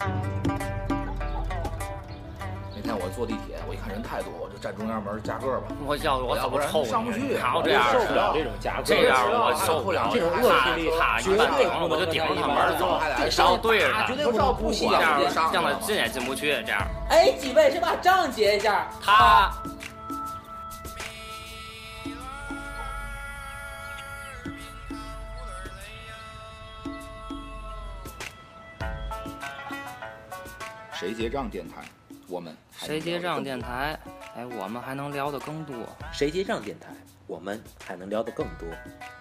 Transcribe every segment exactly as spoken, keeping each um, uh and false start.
那天我坐地铁，我一看人太多，我就站中央门夹个吧。 我要我要不然上不去， 好这样受不了这种夹个， 这样我受不了这种恶势力， 他一般顶我就顶着他门走，然后对着他， 绝对不能不这样让他进也进不去，这样。 哎，几位谁把账结一下？ 他。 谁结账电台，我们谁结账电台，哎，我们还能聊得更多。 谁结账电台，我们还能聊得更多。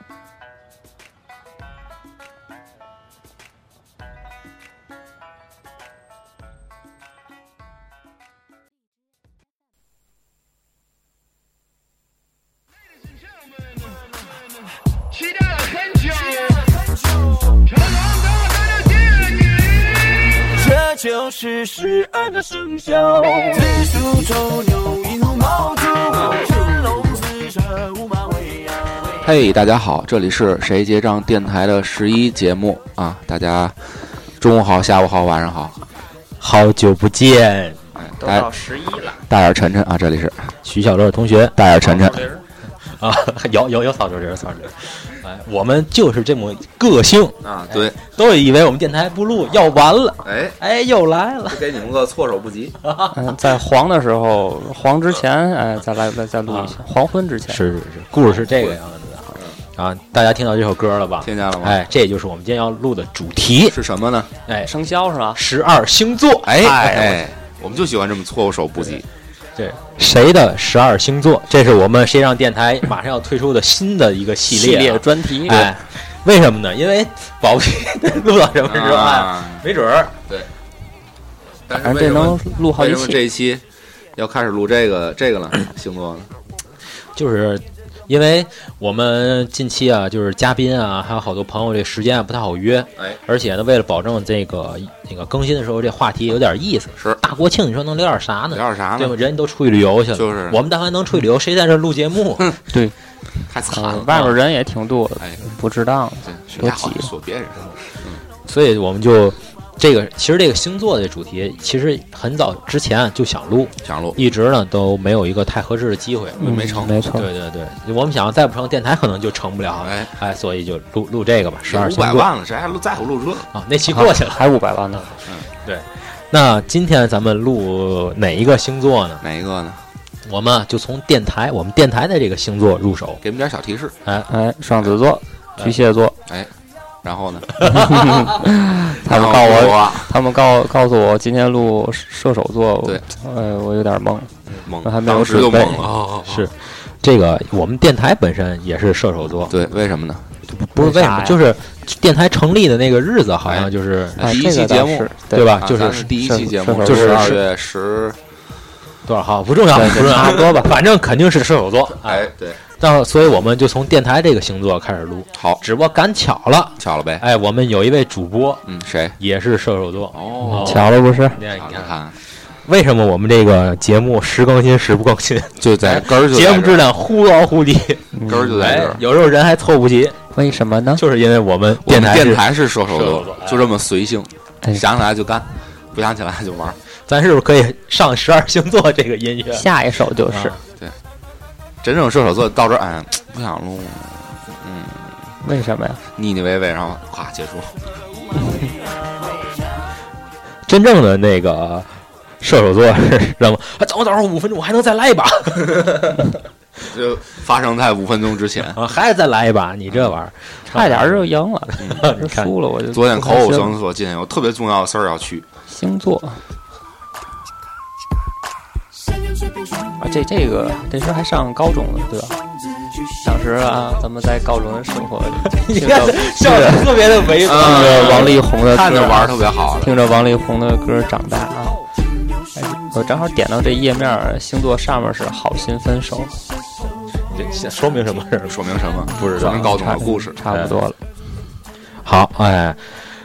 期待了很久，成长到了电影。这就是十二个生肖，子鼠丑牛寅虎卯兔，辰龙巳蛇午马未羊。 嘿，大家好，这里是谁结账电台的十一节目啊！大家中午好，下午好，晚上好， 好久不见， 都到十一了。 大眼晨晨啊，这里是徐小乐同学， 大眼晨晨啊，有有有扫帚人，扫帚人。哎，我们就是这么个性啊，对， 都以为我们电台不录要完了， 哎哎，又来了， 给你们个措手不及。 嗯，在黄的时候，黄之前，哎，再来再再录一下，黄昏之前。 是是是，故事是这个样子的啊，大家听到这首歌了吧？ 听见了吗？ 哎，这就是我们今天要录的主题是什么呢？ 哎， 生肖是吧？ 十二星座。 哎哎，我们就喜欢这么措手不及。 对，谁的十二星座？这是我们谁让电台马上要推出的新的一个系列、啊、 系列专题。 哎，为什么呢？因为保不齐录到什么时候啊，没准儿。 对， 但是这能录好几期。 为什么这一期要开始录这个这个呢？星座呢？ 就是因为我们近期啊，就是嘉宾啊，还有好多朋友，这时间啊不太好约。 哎， 而且呢，为了保证这个那个更新的时候，这话题有点意思。 是大国庆，你说能聊点啥呢？ 聊点啥呢？ 对吧？人都出去旅游去了， 就是我们但凡能出去旅游，谁在这录节目？ 对， 太惨了， 外边人也挺多的， 哎， 不值当， 多挤，说别人。 嗯，所以我们就。这个其实这个星座的主题，其实很早之前就想录， 想录， 一直呢都没有一个太合适的机会， 嗯、没成， 没错， 对对对，我们想再不成，电台可能就成不了，哎哎，所以就录录这个吧，十二星座， 五百万了，谁还录在乎录这啊？那期过去了， 啊、还五百万呢， 嗯， 对。那今天咱们录哪一个星座呢？ 哪一个呢？ 我们就从电台，我们电台的这个星座入手， 给我们点小提示。 哎哎，双子座、巨蟹座， 哎。然后呢？ 他们告我，他们告告诉我今天录射手座， 对， 呃，我有点懵， 懵， 还没有准备。 哦， 是这个，我们电台本身也是射手座， 对，为什么呢？ 不是为什么，就是电台成立的那个日子，好像就是第一期节目， 对吧？就是第一期节目， 就是二月十多少号不重要，不重要，差不多吧，反正肯定是射手座。 哎，对。 那所以我们就从电台这个星座开始录， 好， 只不过赶巧了， 巧了呗。 哎，我们有一位主播， 嗯，谁也是射手座， 哦， 巧了不是？ 你看看， 为什么我们这个节目时更新时不更新？ 就在根儿， 节目质量忽高忽低， 根儿就在这儿。 有时候人还凑不齐， 为什么呢？ 就是因为我们电台电台是射手座，就这么随性，想起来就干，不想起来就玩。 咱是不是可以上十二星座这个音乐？ 下一首就是， 对，真正射手座到这儿，哎，不想录，嗯， 为什么呀？ 腻腻歪歪，然后咵结束。 真正的那个射手座是什么？啊，等我等会儿五分钟，我还能再来一把。 就发生在五分钟之前啊，还再来一把，你这玩意儿差点就赢了， 嗯、 输了我就。 昨天口口声说今天有特别重要的事儿要去星座。啊，这这个这时候还上高中了，对吧？当时啊，咱们在高中的生活里， 你看笑得特别的猥琐。 听着王力宏的歌， 看着玩特别好， 听着王力宏的歌长大啊。我正好点到这页面，星座上面是好心分手。 这说明什么事？ 说明什么？不是咱们高中的故事， 差不多了。 好，哎，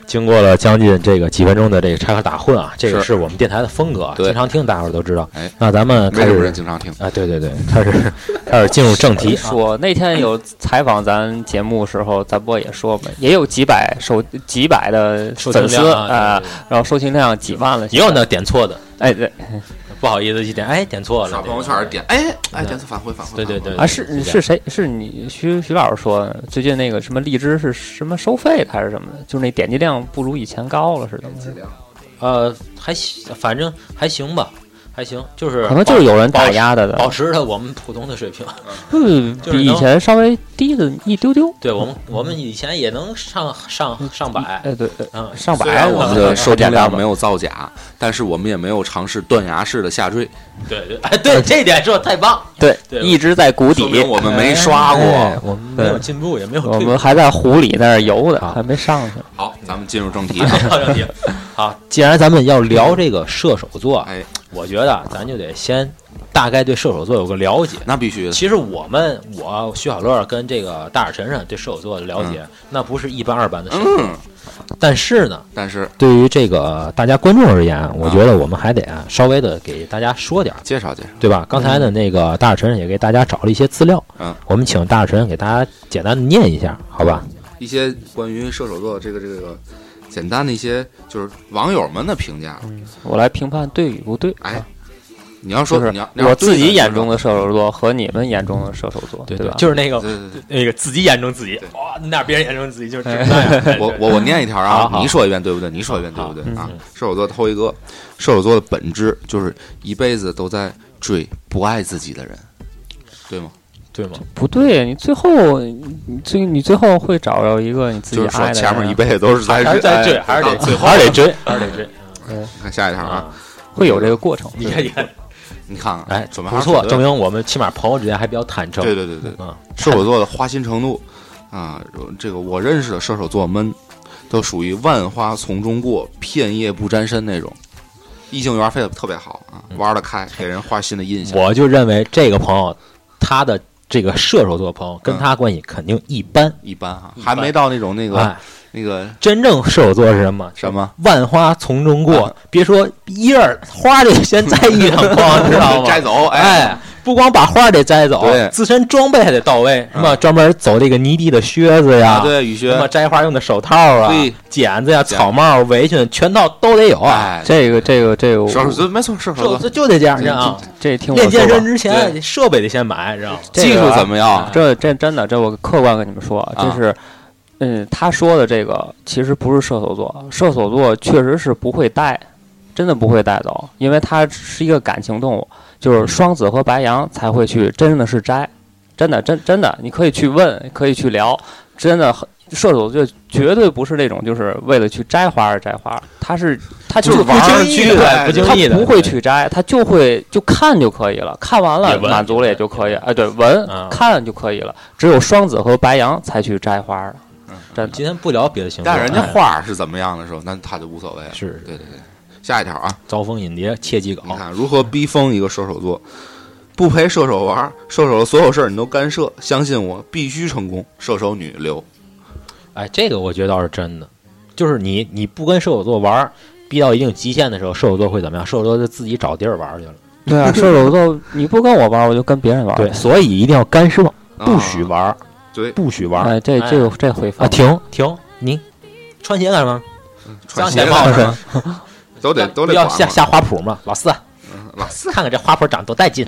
经过了将近这个几分钟的这个插科打诨啊，这个是我们电台的风格，经常听大伙儿都知道。 哎， 那咱们开始， 没有人经常听啊，对对对，开始开始进入正题。 说那天有采访咱节目时候，咱不也说嘛，也有几百收几百的粉丝啊，然后收听量几万了， 也有那点错的， 哎对。 不好意思，一点哎点错了， 刷朋友圈点哎哎点错返回返回， 对对对啊是是谁是你徐徐老师说的？最近那个什么荔枝是什么收费还是什么的？就是那点击量不如以前高了似的。 呃，还行，反正还行吧，还行，就是可能就是有人打压的的， 保持了我们普通的水平， 嗯，比以前稍微低的一丢丢。 对我们我们以前也能上上上百， 哎对， 嗯， 上百。 虽然我们的收听量没有造假，但是我们也没有尝试断崖式的下坠。 对对，哎对，这点说的太棒。 对，一直在谷底， 我们没刷过， 我们没有进步，也没有， 我们还在湖里在那游的，还没上去。 好，咱们进入正题。 正题。好，既然咱们要聊这个射手座， 哎， 我觉得咱就得先大概对射手座有个了解。 那必须的。 其实我们我徐小乐跟这个大耳晨晨对射手座的了解，那不是一般二般的射手座。但是呢， 但是对于这个大家观众而言，我觉得我们还得啊稍微的给大家说点介绍介绍， 对吧？刚才的那个大耳晨晨也给大家找了一些资料， 嗯， 我们请大耳晨晨给大家简单的念一下，好吧？ 一些关于射手座这个这个简单的一些就是网友们的评价， 嗯，我来评判对与不对。 哎，你要说就是你要我自己眼中的射手座和你们眼中的射手座， 对对吧？ 就是那个对对对那个自己眼中自己，哇，那别人眼中自己就是那样。 我我我念一条啊，你说一遍对不对？你说一遍对不对啊？射手座头一个，射手座的本质就是一辈子都在追不爱自己的人，对吗？ 对吗？ 不对，你最后你最你最后会找到一个你自己爱的人。 就是说前面一辈子都是在还是在追，还是得最后还是得追，还是得追。 嗯， 看下一条啊， 会有这个过程。 你看，你看。 你看看， 哎， 准备不错，证明我们起码朋友之间还比较坦诚。 对对对对， 嗯， 射手座的花心程度啊，这个我认识的射手座们都属于万花丛中过，片叶不沾身那种，异性缘非特别好啊，玩得开，给人花心的印象。 我就认为这个朋友，他的这个射手座朋友跟他关系肯定一般， 一般哈，还没到那种那个。 哎那个真正射手座是什么？ 什么？ 万花丛中过，啊、别说叶儿花得先摘一两筐，知道吗？ 摘走，哎， 哎不光把花得摘走，自身装备还得到位，什么专门走这个泥地的靴子呀， 啊、对，雨靴， 什么摘花用的手套啊，剪子呀、草帽、围裙，全套都得有啊。 哎、这个，这个，这个， 射手座没错，射手座就得这样，啊。 这听我练健身之前，设备得先买，知道吗？ 技术怎么样？ 这这真的，这我客观跟你们说，这是。啊嗯，他说的这个其实不是射手座，射手座确实是不会带，真的不会带走，因为他是一个感情动物，就是双子和白羊才会去，真的是摘，真的真真的，你可以去问，可以去聊，真的射手座绝对不是那种就是为了去摘花而摘花，他是他就是不经意的，不经意的， 他不会去摘，他就会就看就可以了，看完了满足了也就可以，哎，对，闻看就可以了，只有双子和白羊才去摘花的。 咱今天不聊别的星座， 但人家花是怎么样的时候，那他就无所谓了。 是， 对对对。下一条啊， 招蜂引蝶，切记搞。 你看如何逼疯一个射手座，不陪射手玩，射手的所有事儿你都干涉，相信我，必须成功。射手女留。 哎，这个我觉得倒是真的，就是你你不跟射手座玩，逼到一定极限的时候，射手座会怎么样？射手座就自己找地儿玩去了。 对啊，射手座你不跟我玩，我就跟别人玩。 对，所以一定要干涉，不许玩。啊对， 不许玩！ 哎，这这个这回放啊，停停，你穿鞋干什么？ 穿鞋帽是都得都得要下下花圃嘛，老四， 老四， 看看这花圃长多带劲。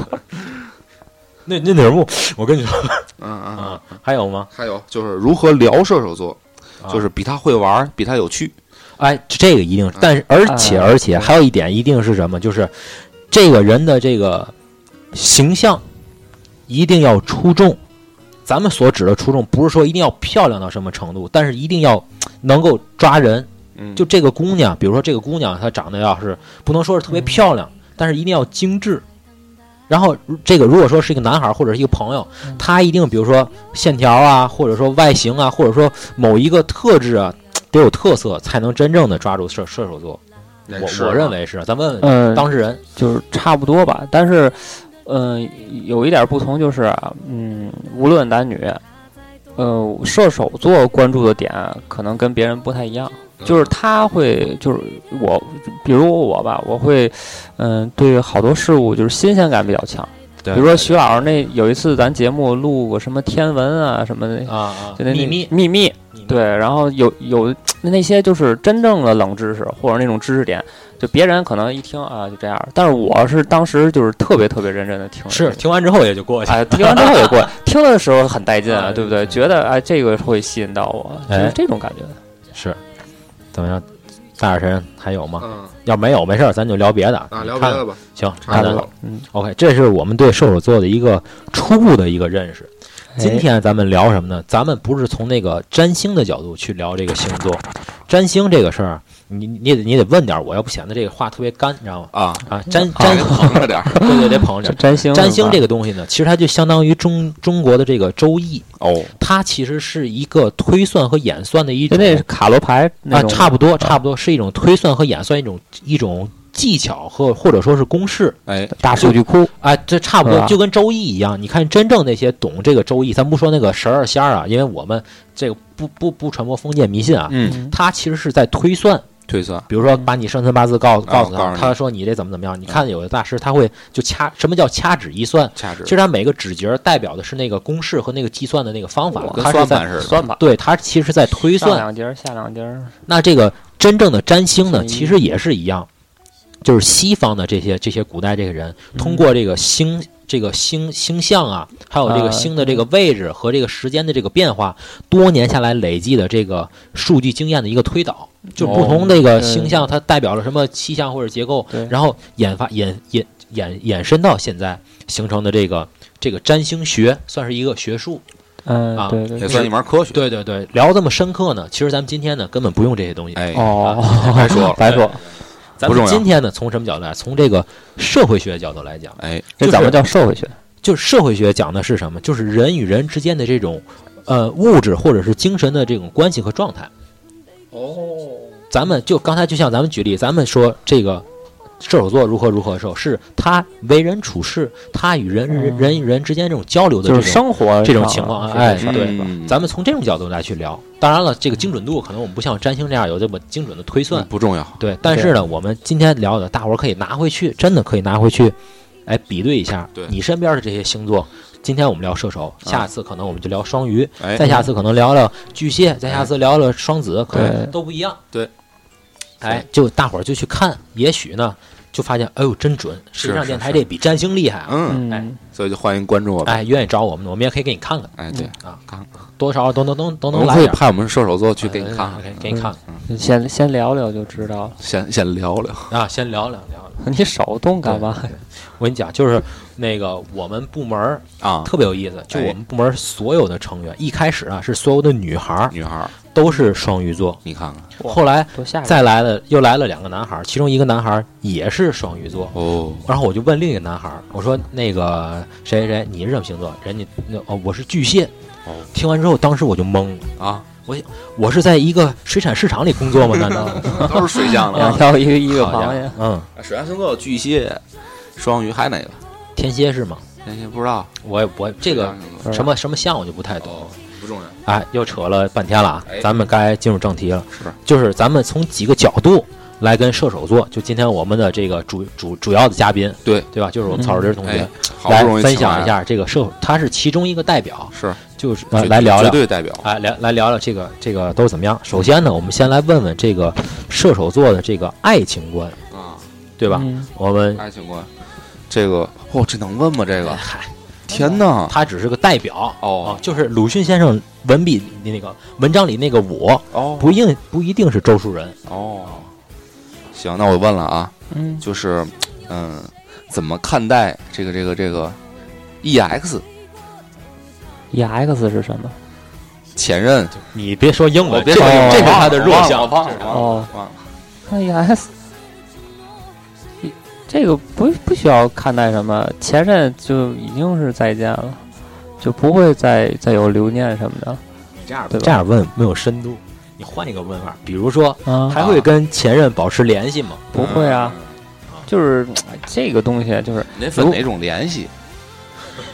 那那哪幕？我跟你说， 嗯嗯嗯， 还有吗？ 还有就是如何聊射手座，就是比他会玩，比他有趣。 哎，这个一定，但是而且而且还有一点，一定是什么？就是这个人的这个形象一定要出众。咱们所指的出众，不是说一定要漂亮到什么程度，但是一定要能够抓人。就这个姑娘，比如说这个姑娘，她长得要是不能说是特别漂亮，但是一定要精致。然后这个如果说是一个男孩或者是一个朋友，他一定比如说线条啊，或者说外形啊，或者说某一个特质啊，得有特色，才能真正的抓住射射手座。我我认为是，咱问问当事人， 嗯、就是差不多吧，但是。嗯，有一点不同就是，嗯，无论男女， 呃，射手座关注的点可能跟别人不太一样，就是他会，就是我，比如我吧，我会，嗯、呃，对好多事物就是新鲜感比较强。 对， 比如说徐老师那有一次咱节目录过什么天文啊什么的啊啊， 就那秘密秘密，对，然后有有那些就是真正的冷知识或者那种知识点，就别人可能一听啊就这样，但是我是当时就是特别特别认真的听， 是听完之后也就过去， 哎，听完之后也过，听的时候很带劲啊，对不对？觉得哎这个会吸引到我，就是这种感觉。 是，怎么样？大点声还有吗？ 嗯， 要没有没事儿，咱就聊别的啊，聊别的吧。 行， 差不多了。 嗯 ，OK， 这是我们对射手座的一个初步的一个认识。今天咱们聊什么呢？咱们不是从那个占星的角度去聊这个星座，占星这个事儿，你你得你得问点我，要不显得这个话特别干，你知道吗？ 啊啊，占占得捧着点， 对对，得捧着占星。 占星这个东西呢，其实它就相当于中中国的这个周易哦， 它其实是一个推算和演算的一种， 那是卡罗牌啊，差不多差不多是一种推算和演算一种一种。技巧和或者说是公式， 哎， 大数据库， 哎，这差不多就跟周易一样。你看，真正那些懂这个周易，咱不说那个十二仙儿啊，因为我们这个不不不传播封建迷信啊， 嗯， 他其实是在推算， 推算。 比如说，把你生辰八字告告诉他， 哦、 他说你这怎么怎么样。你看有的大师他会就掐，什么叫掐指一算？ 掐指。 其实他每个指节代表的是那个公式和那个计算的那个方法， 跟算盘似的。 算法。 对，他其实在推算。 上两节下两节。 那这个真正的占星呢，其实也是一样。就是西方的这些这些古代这个人，通过这个星、嗯、这个星星象啊，还有这个星的这个位置和这个时间的这个变化，多年下来累积的这个数据经验的一个推导，就不同这个星象它代表了什么气象或者结构，然后研发衍衍衍衍伸到现在形成的这个这个占星学，算是一个学术。 嗯啊， 对对， 也算一门科学。 对对对，聊这么深刻呢，其实咱们今天呢根本不用这些东西。 哎， 哦， 白说了， 白说。 咱们今天呢，从什么角度来？从这个社会学角度来讲， 哎， 这怎么叫社会学？ 就是社会学讲的是什么？就是人与人之间的这种呃物质或者是精神的这种关系和状态。 哦， 咱们就刚才就像咱们举例，咱们说这个射手座如何如何的时候，是他为人处事，他与人人人与人之间这种交流的这种、 就是、生活这种情况。哎，对、 嗯， 咱们从这种角度来去聊。当然了，这个精准度可能我们不像占星这样有这么精准的推算， 嗯、不重要。 对，但是呢，我们今天聊的，大伙儿可以拿回去，真的可以拿回去，哎，比对一下对你身边的这些星座。今天我们聊射手，下次可能我们就聊双鱼， 哎、 再下次可能聊聊巨蟹，再下次聊聊双子，可能都不一样。 对， 哎，就大伙儿就去看，也许呢。就发现，哎呦，真准！时尚电台这比占星厉害啊！ 嗯， 哎， 所以就欢迎关注我们。 哎，愿意找我们，我们也可以给你看看。 哎，对啊， 看看多少都能都都能来。 我们可以派我们射手座去给你看看， 给你看看。先先聊聊就知道了。 先先聊聊啊，先聊聊聊聊。 你手动干嘛？ 我跟你讲，就是那个我们部门啊， 特别有意思。就我们部门所有的成员，一开始啊是所有的女孩女孩都是双鱼座。 你看看。 后来再来了，又来了两个男孩，其中一个男孩也是双鱼座哦。 然后我就问另一个男孩，我说：“那个谁谁谁，你是什么星座？”人家那哦，我是巨蟹。 哦。 听完之后，当时我就懵了啊！ 我我是在一个水产市场里工作吗？难道都是水象的？ 两条一个一个螃蟹。 嗯， 水象星座有巨蟹、双鱼，还哪个？ 天蝎是吗？ 天蝎不知道， 我我这个什么什么象我就不太懂。 不重要。 哎，又扯了半天了啊！ 哎、 咱们该进入正题了。 是， 就是咱们从几个角度来跟射手座，就今天我们的这个主主主要的嘉宾， 对对吧？就是我们曹老师同学， 嗯、 来分享一下这个射，他是其中一个代表， 是， 就是、呃、来聊聊绝对代表， 哎，聊来聊聊这个这个都怎么样？首先呢，我们先来问问这个射手座的这个爱情观啊， 对吧？ 嗯、 我们爱情观，这个哦，这能问吗？这个， 嗨。 天哪， 他只是个代表哦、 啊，就是鲁迅先生文笔里那个文章里那个我哦， 不一定不一定是周树人哦。行，那我问了啊， 嗯， 就是嗯，怎么看待这个这个这个 E X？E X 是什么？ 前任？ 你别说英文， 别说英文， 这是他的弱项。 哦， 忘了。 那 E X。这个不不需要看待什么，前任就已经是再见了，就不会再再有留念什么的。 这样这样问没有深度，你换一个问法，比如说， 啊、 还会跟前任保持联系吗？ 不会啊，嗯、就是这个东西就是你得分哪种联系。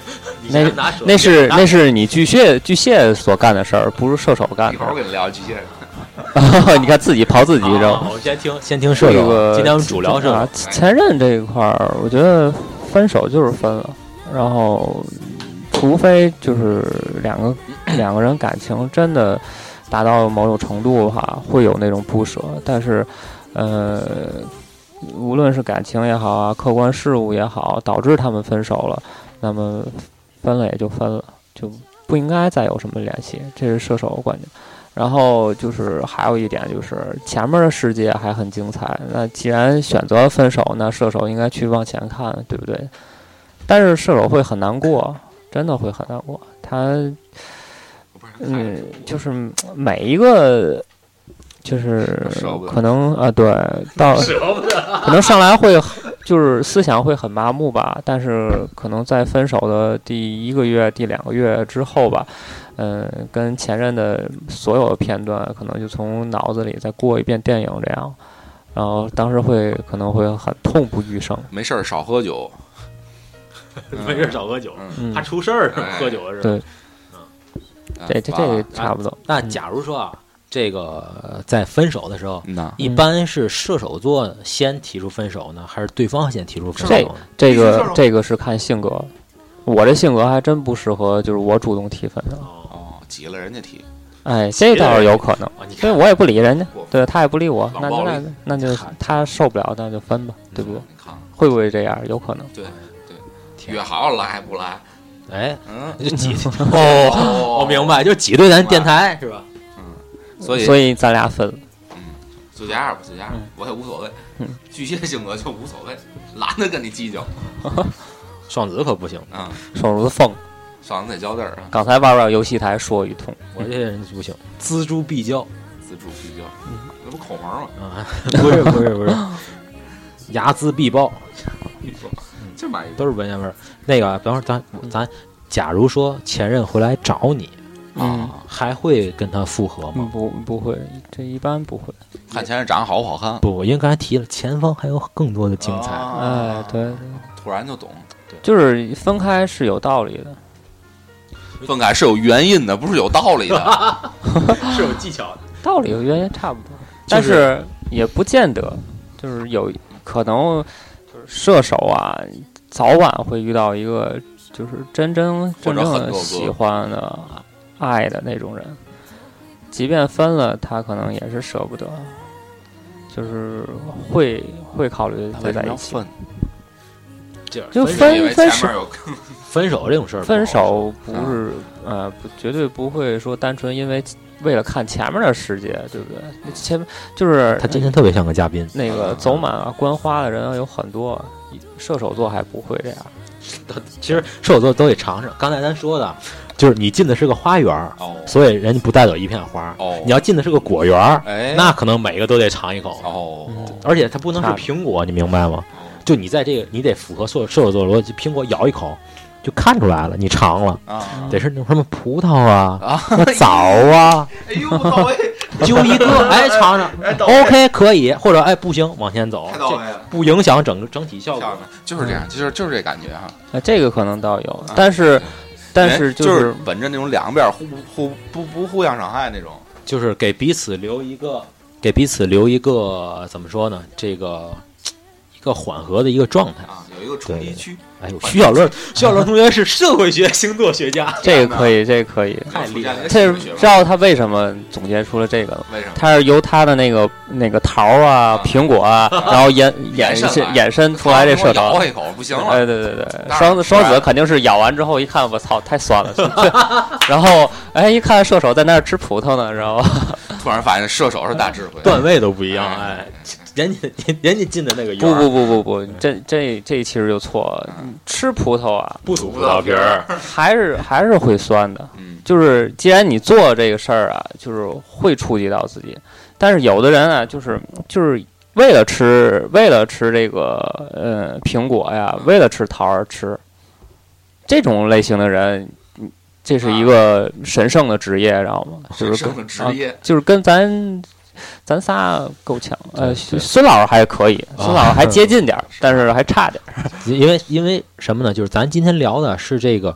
那那是那是你巨蟹巨蟹所干的事儿，不是射手干的。 一会儿我跟你聊巨蟹。 你看自己刨自己一扔。 我先听先听射手，今天我们主聊射手。 前任这一块儿，我觉得分手就是分了，然后除非就是两个两个人感情真的达到某种程度的话，会有那种不舍，但是呃。无论是感情也好啊，客观事物也好，导致他们分手了，那么分了也就分了，就不应该再有什么联系，这是射手的观点。然后就是还有一点就是前面的世界还很精彩，那既然选择分手，那射手应该去往前看，对不对？但是射手会很难过，真的会很难过。他嗯，就是每一个。就是可能啊，对，到可能上来会就是思想会很麻木吧，但是可能在分手的第一个月、第两个月之后吧，嗯，跟前任的所有的片段，可能就从脑子里再过一遍电影这样，然后当时会可能会很痛不欲生。 没事儿少喝酒， 没事儿少喝酒，嗯、怕出事儿、哎、喝酒是吧？ 对，嗯，这这这个差不多。 啊、那假如说啊。这个在分手的时候，嗯、一般是射手座先提出分手呢，还是对方先提出分手呢？ 这这个这个是看性格，我这性格还真不适合，就是我主动提分手。 哦，急了人家提， 哎，这倒是有可能，所以我也不理人家，对他也不理我，那那那就他受不了，那就分吧，对不对？会不会这样？有可能。 对对，约好了来不来？ 哎，嗯，就挤哦，我明白，就挤兑咱电台是吧？ 所以， 所以咱俩分了。 嗯，就这样吧，就这样，嗯、我也无所谓。嗯，巨蟹性格就无所谓，懒得跟你计较。 双子可不行啊， 嗯、双子疯， 双子得较真儿啊。 刚才玩玩游戏台说一通， 我这人不行，锱铢必较， 锱铢必较，嗯、那不口红吗？ 啊，不是不是不是，睚眦必报， 这玩意都是文言文。那个，等会儿咱咱，假如说前任回来找你。 嗯， 还会跟他复合吗？ 不，不会，这一般不会。 看前任长得好不好看？ 不，因为刚才提了，前方还有更多的精彩。 啊、 哎，对， 突然就懂， 对， 就是分开是有道理的， 分开是有原因的，不是有道理的， 是有技巧的。 道理和原因差不多，但是也不见得，就是有可能，就是射手啊，早晚会遇到一个就是真真真正的喜欢的。爱的那种人，即便分了，他可能也是舍不得，就是会会考虑再在一起。 分， 就分分手， 分手这种事儿， 分手不是、嗯、呃，不绝对不会说单纯因为为了看前面的世界，对不对？前面就是他今天特别像个嘉宾， 那个走马啊、观花的人有很多，射手座还不会这样。 其实射手座都得尝尝。刚才咱说的。就是你进的是个花园， 哦、 所以人家不带走一片花。 哦、 你要进的是个果园， 哎、 那可能每个都得尝一口。 哦， 嗯、而且它不能是苹果，你明白吗？就你在这个，你得符合射射手座逻辑，苹果咬一口就看出来了，你尝了， 啊、 得是那什么葡萄啊、啊那枣啊， 哎呦，到位， 就一个，哎，尝尝、哎、，OK 可以，或者哎不行，往前走， 太到位了， 不影响整个整体效果， 就是这样，就是就是这感觉哈。 啊，这个可能倒有，啊、但是。但是就是、就是本着那种两边互互不不互相伤害那种， 就是给彼此留一个给彼此留一个怎么说呢？这个一个缓和的一个状态啊，有一个冲击区。 哎呦，徐小乐，徐小乐同学是社会学星座学家， 这个可以，这个可以， 太厉害了。 这知道他为什么总结出了这个了？ 为什么？ 他是由他的那个那个桃啊、苹果啊，然后衍衍衍生出来这射手。 咬一口不行了。 哎，对对对，双子双子肯定是咬完之后一看，我操，太酸了。然后哎，一看射手在那儿吃葡萄呢，知道吧？ 突然发现射手是大智慧， 段位都不一样，哎。人家人家进的那个园， 不不不不不，这这这其实就错了。吃葡萄啊， 不吐葡萄皮儿， 还是还是会酸的。 嗯， 就是既然你做这个事儿啊，就是会触及到自己。但是有的人啊，就是就是为了吃，为了吃这个呃苹果呀，为了吃桃而吃。这种类型的人，这是一个神圣的职业，知道吗？ 神圣的职业、 啊，就是跟咱。咱仨够呛，呃，孙老师还可以，孙老师还接近点儿，但是还差点儿。 因为因为什么呢？就是咱今天聊的是这个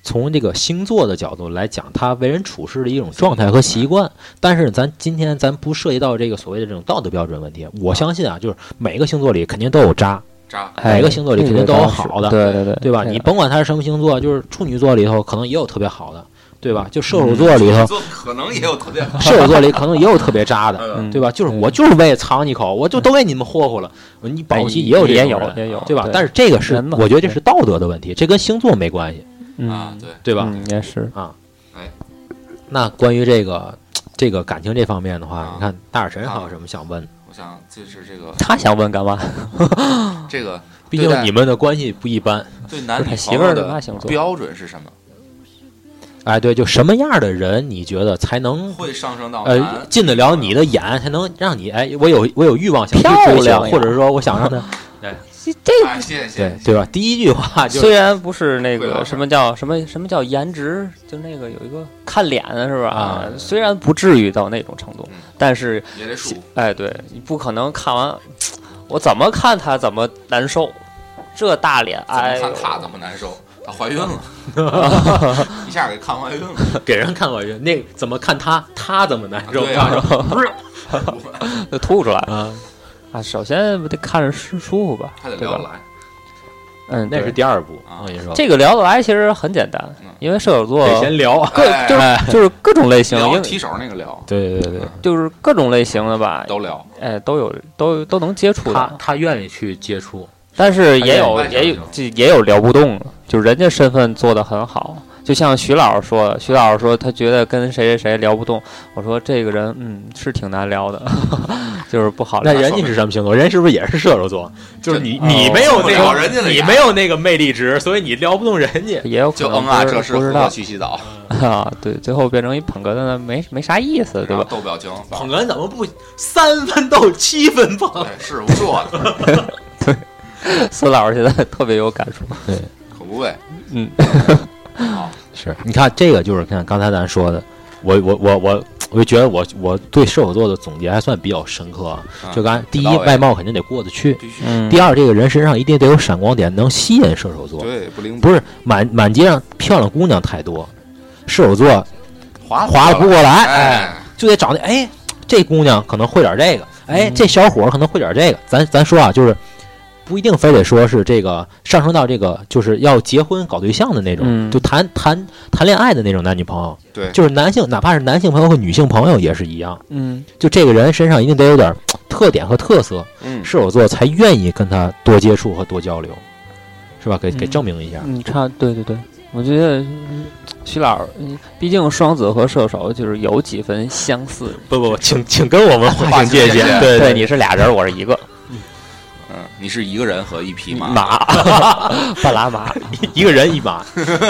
从这个星座的角度来讲，他为人处事的一种状态和习惯。但是咱今天咱不涉及到这个所谓的这种道德标准问题。我相信啊，就是每个星座里肯定都有渣， 渣， 每个星座里肯定都有好的， 对对对， 对吧？你甭管他是什么星座，就是处女座里头可能也有特别好的，对吧？就射手座里头， 可能也有特别好， 射手座里可能也有特别渣的， 嗯对吧？就是我就是为了藏你口，我就都为你们霍霍了。你保不齐也有这也有种人， 也有， 对吧？但是这个是人嘛我觉得这是道德的问题，这跟星座没关系， 嗯啊，对， 对吧？ 嗯，也是啊， 哎， 那关于这个这个感情这方面的话， 啊你看大耳神还有什么想问？ 我想就是这个他想问干嘛？ 这个， 毕竟你们的关系不一般。 对男女他媳妇儿朋友的的嘛星座标准是什么？ 哎，对，就什么样的人你觉得才能会上升到呃男进得了你的眼，才能让你哎，我有我有欲望想去漂追求， 亮呀或者说我想让他这哎，谢谢谢谢， 对对吧？第一句话就是虽然不是那会聊个什么叫什么什么叫颜值，就那个有一个看脸是吧？ 啊虽然不至于到那种程度， 嗯但是也得数， 哎，对你不可能看完，我怎么看他怎么难受，这大脸， 怎么哎呦， 看她怎么难受？她怀孕了，一下给看怀孕了， 给人看过去，那怎么看他，他怎么难受？ 对呀， 不是就吐出来啊， 啊！首先不得看着舒舒服吧， 还得对吧？ 聊得来， 嗯， 那是对第二步。 啊我跟你说， 这个聊得来，其实很简单嗯， 因为射手座得先聊。 各哎就是就是各种类型，因为聊提手那个聊， 对对对对， 就是各种类型的吧， 都聊， 哎，都有都都能接触他的， 他愿意去接触， 但是也有他愿意也有这也有聊不动的，就是人家身份做得很好，就像徐老师说的，徐老师说他觉得跟谁谁谁聊不动，我说这个人嗯是挺难聊的，就是不好聊。 那人家是什么星座？人是不是也是射手座？就是你这你没有那哦个人家的呀你没有那个魅力值，所以你撩不动人家。 也有可就嗯啊， 能不这是和是不知道去洗澡， 啊，对，最后变成一捧哏的，没没啥意思，对然后吧？ 逗表情， 捧哏怎么不三分逗七分捧？ 对，是我说的， 孙老师现在特别有感触， 可不呗， 嗯， 好， 是你看这个就是看刚才咱说的，我我我我我就觉得我我对射手座的总结还算比较深刻啊。就刚才第一到位外貌肯定得过得去， 必须， 嗯， 第二这个人身上一定得有闪光点，能吸引射手座。 对，不灵不是满满街上漂亮姑娘太多，射手座划划拉不过来， 哎， 就得找那哎这姑娘可能会点这个，哎这小伙儿可能会点这个。咱咱说啊，就是不一定非得说是这个上升到这个就是要结婚搞对象的那种， 嗯就谈谈谈恋爱的那种男女朋友， 对， 就是男性哪怕是男性朋友和女性朋友也是一样， 嗯就这个人身上一定得有点特点和特色， 嗯， 射手座才愿意跟他多接触和多交流，是吧？给给嗯证明一下。 嗯，差对对对，我觉得嗯徐老师，嗯毕竟双子和射手就是有几分相似。 不不不，请请跟我们划清界限。 划清界限对对，你是俩人，我是一个嗯，你是一个人和一匹马， 马，半拉马。 一个人一马，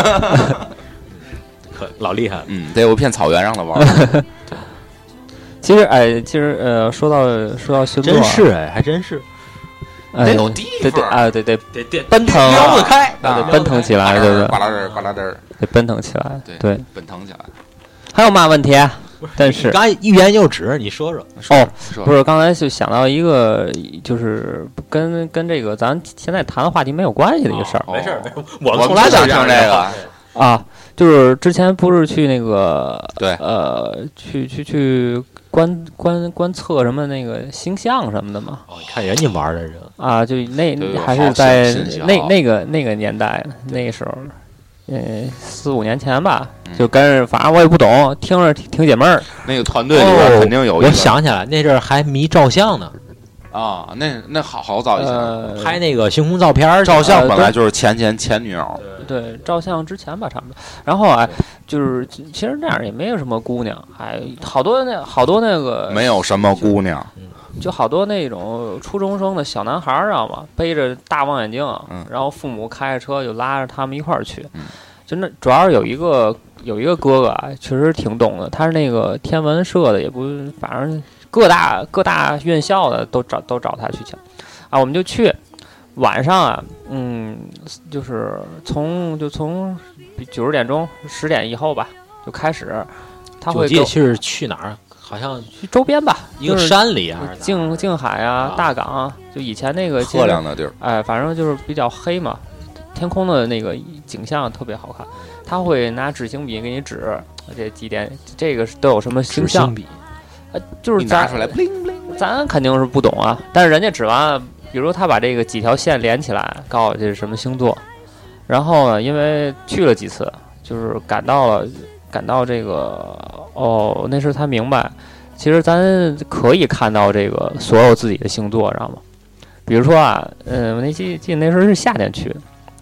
可老厉害了。 嗯，得有一片草原让他玩儿， 其实，哎，其实，呃，说到说到星座啊， 真是哎，还真是哎得有地对对方， 啊，对对， 得得奔腾啊撩得开， 啊对奔腾起来，对对呱啦嘚儿呱啦嘚儿， 得奔腾起来， 对对。 奔腾起来， 还有嘛问题啊？但是刚才一言又止，你说说。 哦， 说不是，刚才就想到一个，就是跟跟这个咱现在谈的话题没有关系的一个事儿哦没事儿，没事儿， 我们从来想听就样这个， 啊，就是之前不是去那个对呃，去去去观观观测什么那个星象什么的嘛。 哦，你看人家玩的人， 啊，就那对还好是在信息那好那个那个年代，那时候，呃，四五年前吧， 嗯就跟着，反正我也不懂，听着挺挺解闷儿。 那个团队里边肯定有一个我想起来那阵儿还迷照相呢， 啊，那那好好早以前， 呃， 拍那个星空照片儿， 照相呃本来就是前前前女友， 对，照相之前吧，差不多。然后哎，就是其其实那样也没有什么姑娘，还好多那好多那个， 没有什么姑娘， 就好多那种初中生的小男孩儿，知道吗？背着大望远镜， 嗯然后父母开着车就拉着他们一块儿去。 嗯就那主要是有一个有一个哥哥啊，确实挺懂的，他是那个天文社的，也不反正各大各大院校的都找都找他去抢啊，我们就去。晚上啊，嗯，就是从就从九十点钟十点以后吧，就开始，他会给我我记得是去哪儿？好像去周边吧， 一个就是山里还是哪儿静静海啊、 啊大港啊，就以前那个漂亮的地儿， 哎，反正就是比较黑嘛。 天空的那个景象特别好看，他会拿纸形笔给你指这几点，这个都有什么星象， 笔， 呃，就是咱拿出来 bling bling， 咱肯定是不懂啊，但是人家指完，比如他把这个几条线连起来，告诉我这是什么星座，然后呢，因为去了几次，就是感到了，感到这个哦，那时他明白，其实咱可以看到这个所有自己的星座，知道吗？比如说啊，嗯，我那记记得那时候是夏天去的，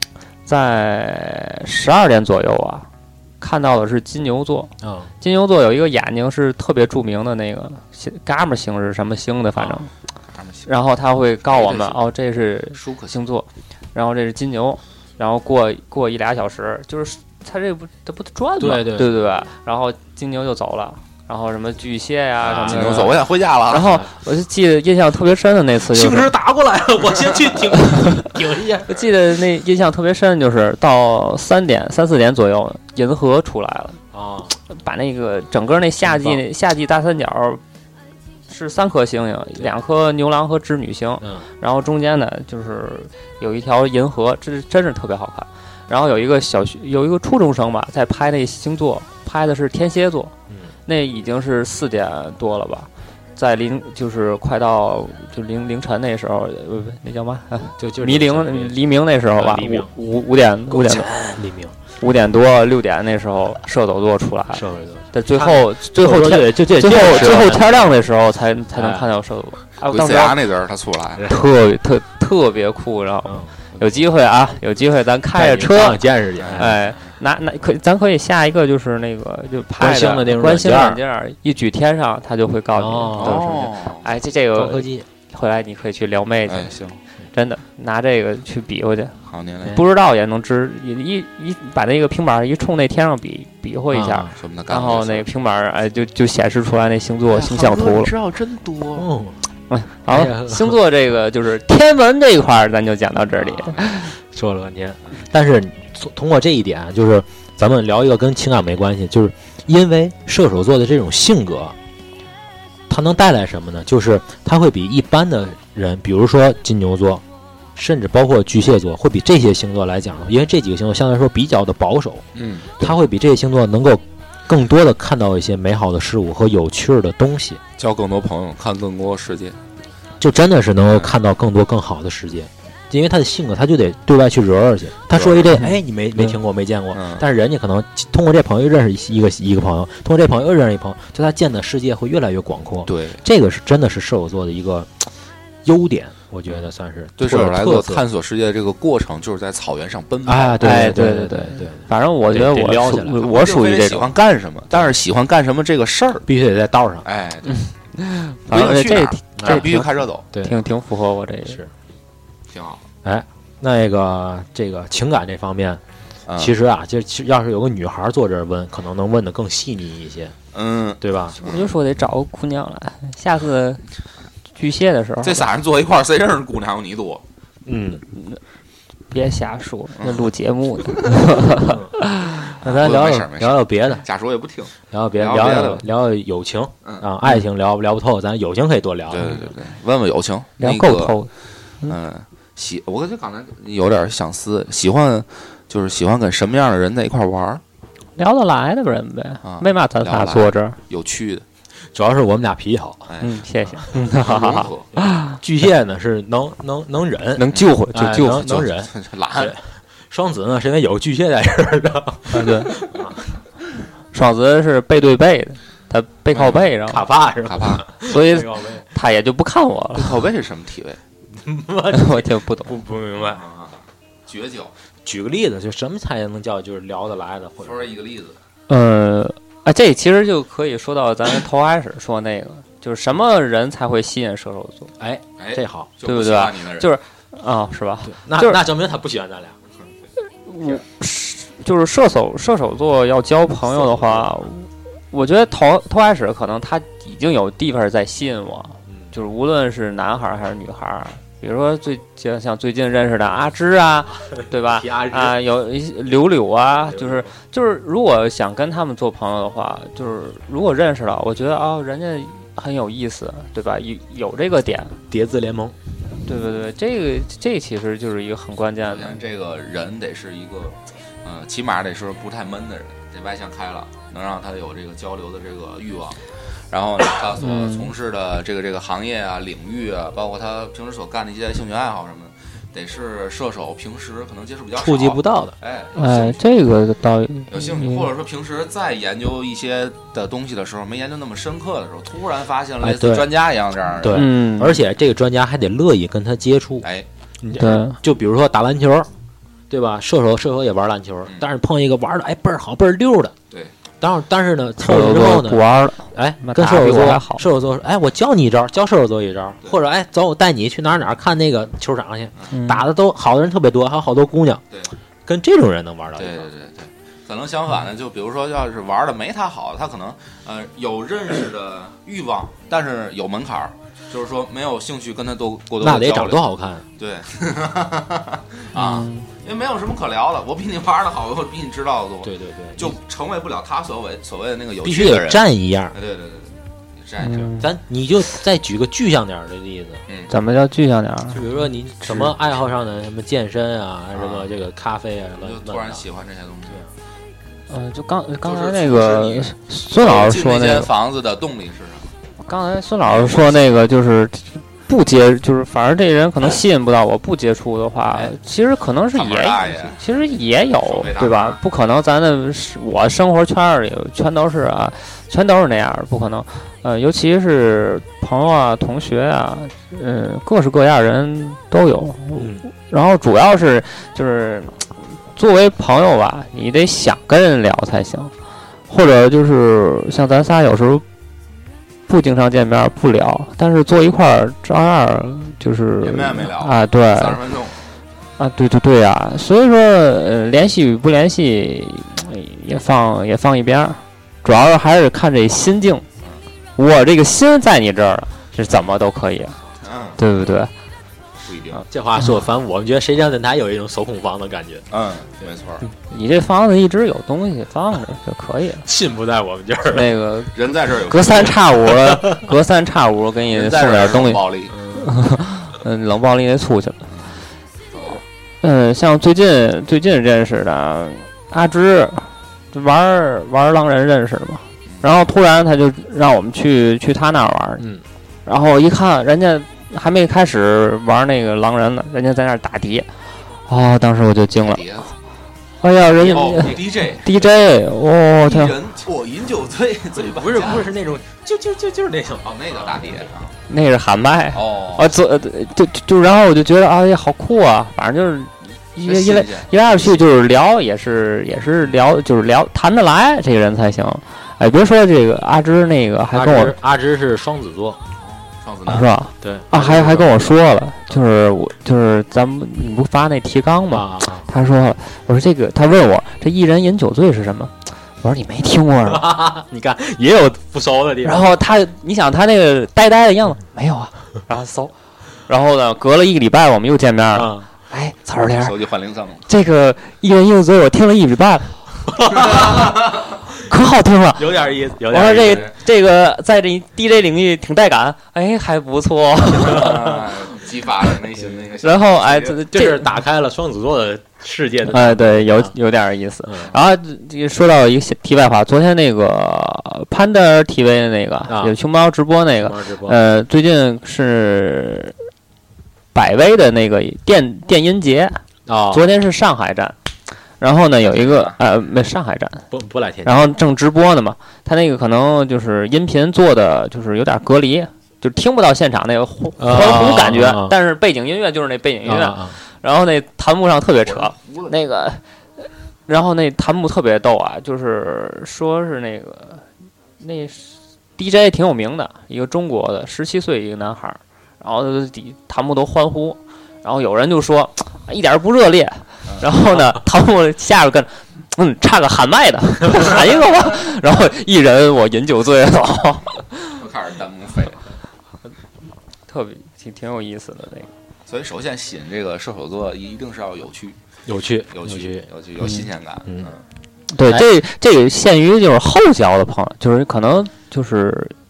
在十二点左右啊，看到的是金牛座。 嗯， 金牛座有一个眼睛是特别著名的那个伽马星是什么星的，反正。然后他会告我们哦，这是星座，然后这是金牛，然后过过一俩小时，就是他这不这不转吗？ 对对对对对，然后金牛就走了。然后什么巨蟹呀、啊，什么的， 走，我想回家了。 然后我就记得印象特别深的那次、就是， 星矢打过来了，我先去挺挺一下。 我记得那印象特别深，就是到三点、三四点左右，银河出来了啊、哦， 把那个整个那夏季夏季大三角是三颗星星，两颗牛郎和织女星， 嗯， 然后中间呢就是有一条银河，这真是特别好看。然后有一个小学有一个初中生吧，在拍那星座，拍的是天蝎座。那已经是四点多了吧，在凌就是快到就凌凌晨那时候，呃，那叫嘛？ 就就迷凌黎明那时候吧，五五五点五点黎明五点多六点那时候，射手座出来了。 射手座， 但最后最后天就最后最后天亮的时候才才能看到射手座。 鬼子牙那阵儿他出来， 特别特特别酷，然后有机会啊，有机会咱开着车见识见， 哎。拿拿可咱可以下一个就是那个就拍的那种观星软件，一举天上，它就会告诉你都是。 哦， 哎，这这个科技， 回来你可以去撩妹去。 哎，行， 真的拿这个去比划去。 好，您来。 不知道也能知一一把那个平板一冲那天上比比划一下， 什么的， 然后那个平板哎就就显示出来那星座星象图了。 知道真多。 嗯， 哎，好，星座这个就是天文这一块，咱就讲到这里。 说了半天，但是。通过这一点，就是咱们聊一个跟情感没关系，就是因为射手座的这种性格，它能带来什么呢？就是它会比一般的人，比如说金牛座，甚至包括巨蟹座，会比这些星座来讲，因为这几个星座相对来说比较的保守， 嗯， 它会比这些星座能够更多的看到一些美好的事物和有趣的东西， 交更多朋友，看更多世界， 就真的是能够看到更多更好的世界。因为他的性格，他就得对外去惹惹去。他说一这，哎，你没没听过，没见过。 嗯、 但是人家可能通过这朋友认识一个一个朋友，通过这朋友又认识一朋友，就他见的世界会越来越广阔。 对， 这个是真的是射手座的一个优点，我觉得算是对射手来说，探索世界的这个过程就是在草原上奔跑。 啊，对对对对对对。 反正我觉得我撩起来， 我属于这种喜欢干什么，但是喜欢干什么这个事儿必须得在道上。 哎， 反正这这必须开车走， 对， 挺挺符合我这个， 是挺好。 哎。那个这个情感这方面， 嗯、 其实啊，就要是有个女孩坐这儿问，可能能问得更细腻一些， 嗯， 对吧？ 我就说得找个姑娘来，下次巨蟹的时候， 这仨人坐一块儿，谁认识姑娘有你多？ 嗯， 别瞎说，那录节目的。 那咱聊聊聊聊别的， 瞎说也不听， 聊聊别聊聊聊聊友情啊，爱情聊聊不透，咱友情可以多聊。 对对对对，问问友情， 聊够透。 嗯。喜，我就刚才有点相似，喜欢就是喜欢跟什么样的人在一块玩， 聊得来的人呗。 啊， 为嘛咱仨坐这儿？ 有趣的， 主要是我们俩脾气好。 哎、 嗯，谢谢。 好好好。巨蟹呢是能能能忍， 能救活就救活，能忍。 懒。 双子呢是因为有巨蟹在这儿的。 对。双子是背对背的，他背靠背，然后卡帕是吧？ 卡帕， 所以他也就不看我了。 背靠背是什么体位？ 我就不懂， 不不明白。 绝交。 举个例子，就什么才能叫就是聊得来的？或者说一个例子。 呃，啊，这其实就可以说到咱头开始说那个，就是什么人才会吸引射手座？ 哎，这好， 对不对？就是啊，是吧？ 那就是那证明他不喜欢咱俩。 我就是射手射手座要交朋友的话，我觉得头头开始可能他已经有地方在吸引我，就是无论是男孩还是女孩。比如说最就像最近认识的阿芝啊，对吧？啊，有一些柳柳啊，就是就是，如果想跟他们做朋友的话，就是如果认识了，我觉得哦，人家很有意思，对吧？有有这个点， 叠字联盟， 对对对，这个这其实就是一个很关键的。 首先，这个人得是一个，呃，起码得是不太闷的人，得外向开朗，能让他有这个交流的这个欲望。然后呢，他所从事的这个这个行业啊、领域啊，包括他平时所干的一些兴趣爱好什么的，得是射手平时可能接触比较少、 触及不到的。 哎哎，这个倒有兴趣，或者说平时在研究一些的东西的时候，没研究那么深刻的时候，突然发现了类似专家一样这样的。 对， 嗯， 而且这个专家还得乐意跟他接触。 哎， 对， 就比如说打篮球，对吧？射手射手也玩篮球，但是碰一个玩的哎倍儿好倍儿溜的， 对。 当然，但是呢，凑合之后呢， 不玩了， 哎，跟射手座还好， 射手座说，哎，我教你一招，教射手座一招，或者哎，走，我带你去哪儿哪儿看那个球场去， 嗯、 打的都好的人特别多，还有好多姑娘， 对， 跟这种人能玩到一块。 对对对对，可能相反的，就比如说，要是玩的没他好，他可能呃有认识的欲望，但是有门槛儿。就是说没有兴趣跟他多过多的交流， 那得长多好看， 对，啊、嗯，因为没有什么可聊的，我比你玩的好，我比你知道的多， 对对对， 就成为不了他所谓所谓的那个有趣的人，必须得站一样， 对对对对，站一样。 嗯、 咱你就再举个具象点的例子， 嗯， 怎么叫具象点？ 就比如说你什么爱好上的什么健身啊，什么这个咖啡啊， 我就突然喜欢这些东西。 嗯、呃，就刚刚才那个孙老师说那个房子的动力是什么？ 刚才孙老师说那个就是不接，就是反正这人可能吸引不到我，不接触的话， 哎、 其实可能是也，其实也有，对吧？不可能，咱的我生活圈里全都是啊，全都是那样，不可能。呃，尤其是朋友啊、同学啊，嗯、呃，各式各样人都有。 嗯， 然后主要是就是作为朋友吧，你得想跟人聊才行，或者就是像咱仨有时候。不经常见面不聊，但是坐一块儿照样就是也没完没了啊，对， 三十分钟啊，对对对呀、啊，所以说呃，联系与不联系也放也放一边，主要是还是看这心境。我这个心在你这儿，是怎么都可以， 嗯， 对不对？ 不一定。 这话说，反正我们觉得谁家电台有一种守空房的感觉。 嗯，没错。 你这房子一直有东西放着就可以了。 信不在我们这儿。 那个人在这儿有。 隔三差五了，隔三差五给你送点东西。 冷暴力。 嗯，冷暴力得出去了。嗯，像最近最近认识的阿芝，玩玩狼人认识的嘛。然后突然他就让我们去去他那儿玩。 嗯。 然后一看人家。还没开始玩那个狼人呢，人家在那儿打碟，哦，当时我就惊了。哎呀，人家、 哦、D J D J， 哦， 他人我饮酒醉，醉不是不是那种，就就就就是那种哦，那个打碟啊， 那是喊麦哦， 啊，就就就然后我就觉得哎呀，好酷啊，反正就是一一来一来二去就是聊，也是也是聊，就是聊谈得来，这个人才行。哎，别说这个阿芝，那个还跟我阿芝是双子座。 啊、是吧？ 对啊，还还跟我说了，就是我就是咱们你不发那提纲吗？ 啊、 他说，我说这个，他问我这一人饮酒醉是什么？我说你没听过是吧？ 你看也有不熟的地方。 然后他，你想他那个呆呆的样子，没有啊？然后搜，然后呢，隔了一个礼拜我们又见面了。 啊、 哎，曹二天， 手机换铃声。 这个一人饮酒醉我听了一礼拜了。可好听了， 有点意思。有点我说这个这个在这 D J 领域挺带感，哎，还不错， 啊、激发了内心那个。 然后哎，这就是打开了双子座的世界的。 哎，对，有有点意思。 嗯、 然后说到一个题外话，昨天那个 Panda T V 的那个、 啊、 有熊猫直播那个，呃，最近是百威的那个电电音节啊、哦， 昨天是上海站。然后呢，有一个呃，没上海站， 不不来天， 然后正直播呢嘛，他那个可能就是音频做的就是有点隔离，就听不到现场那个欢呼感觉， 啊、 但是背景音乐就是那背景音乐， 啊、 然后那弹幕上特别扯，那个，然后那弹幕特别逗啊，就是说是那个那 D J 挺有名的，一个中国的十七岁一个男孩，然后底弹幕都欢呼，然后有人就说一点不热烈。然后呢，弹幕下边跟，嗯，差个喊麦的，喊一个吧。然后一人我饮酒醉了， 就开始弹幕飞， 特别挺挺有意思的那个。 所以首先吸引这个射手座一定是要有趣， 有趣， 有趣，有趣，有新鲜感。 嗯， 对，这这个限于就是后交的朋友，就是可能就是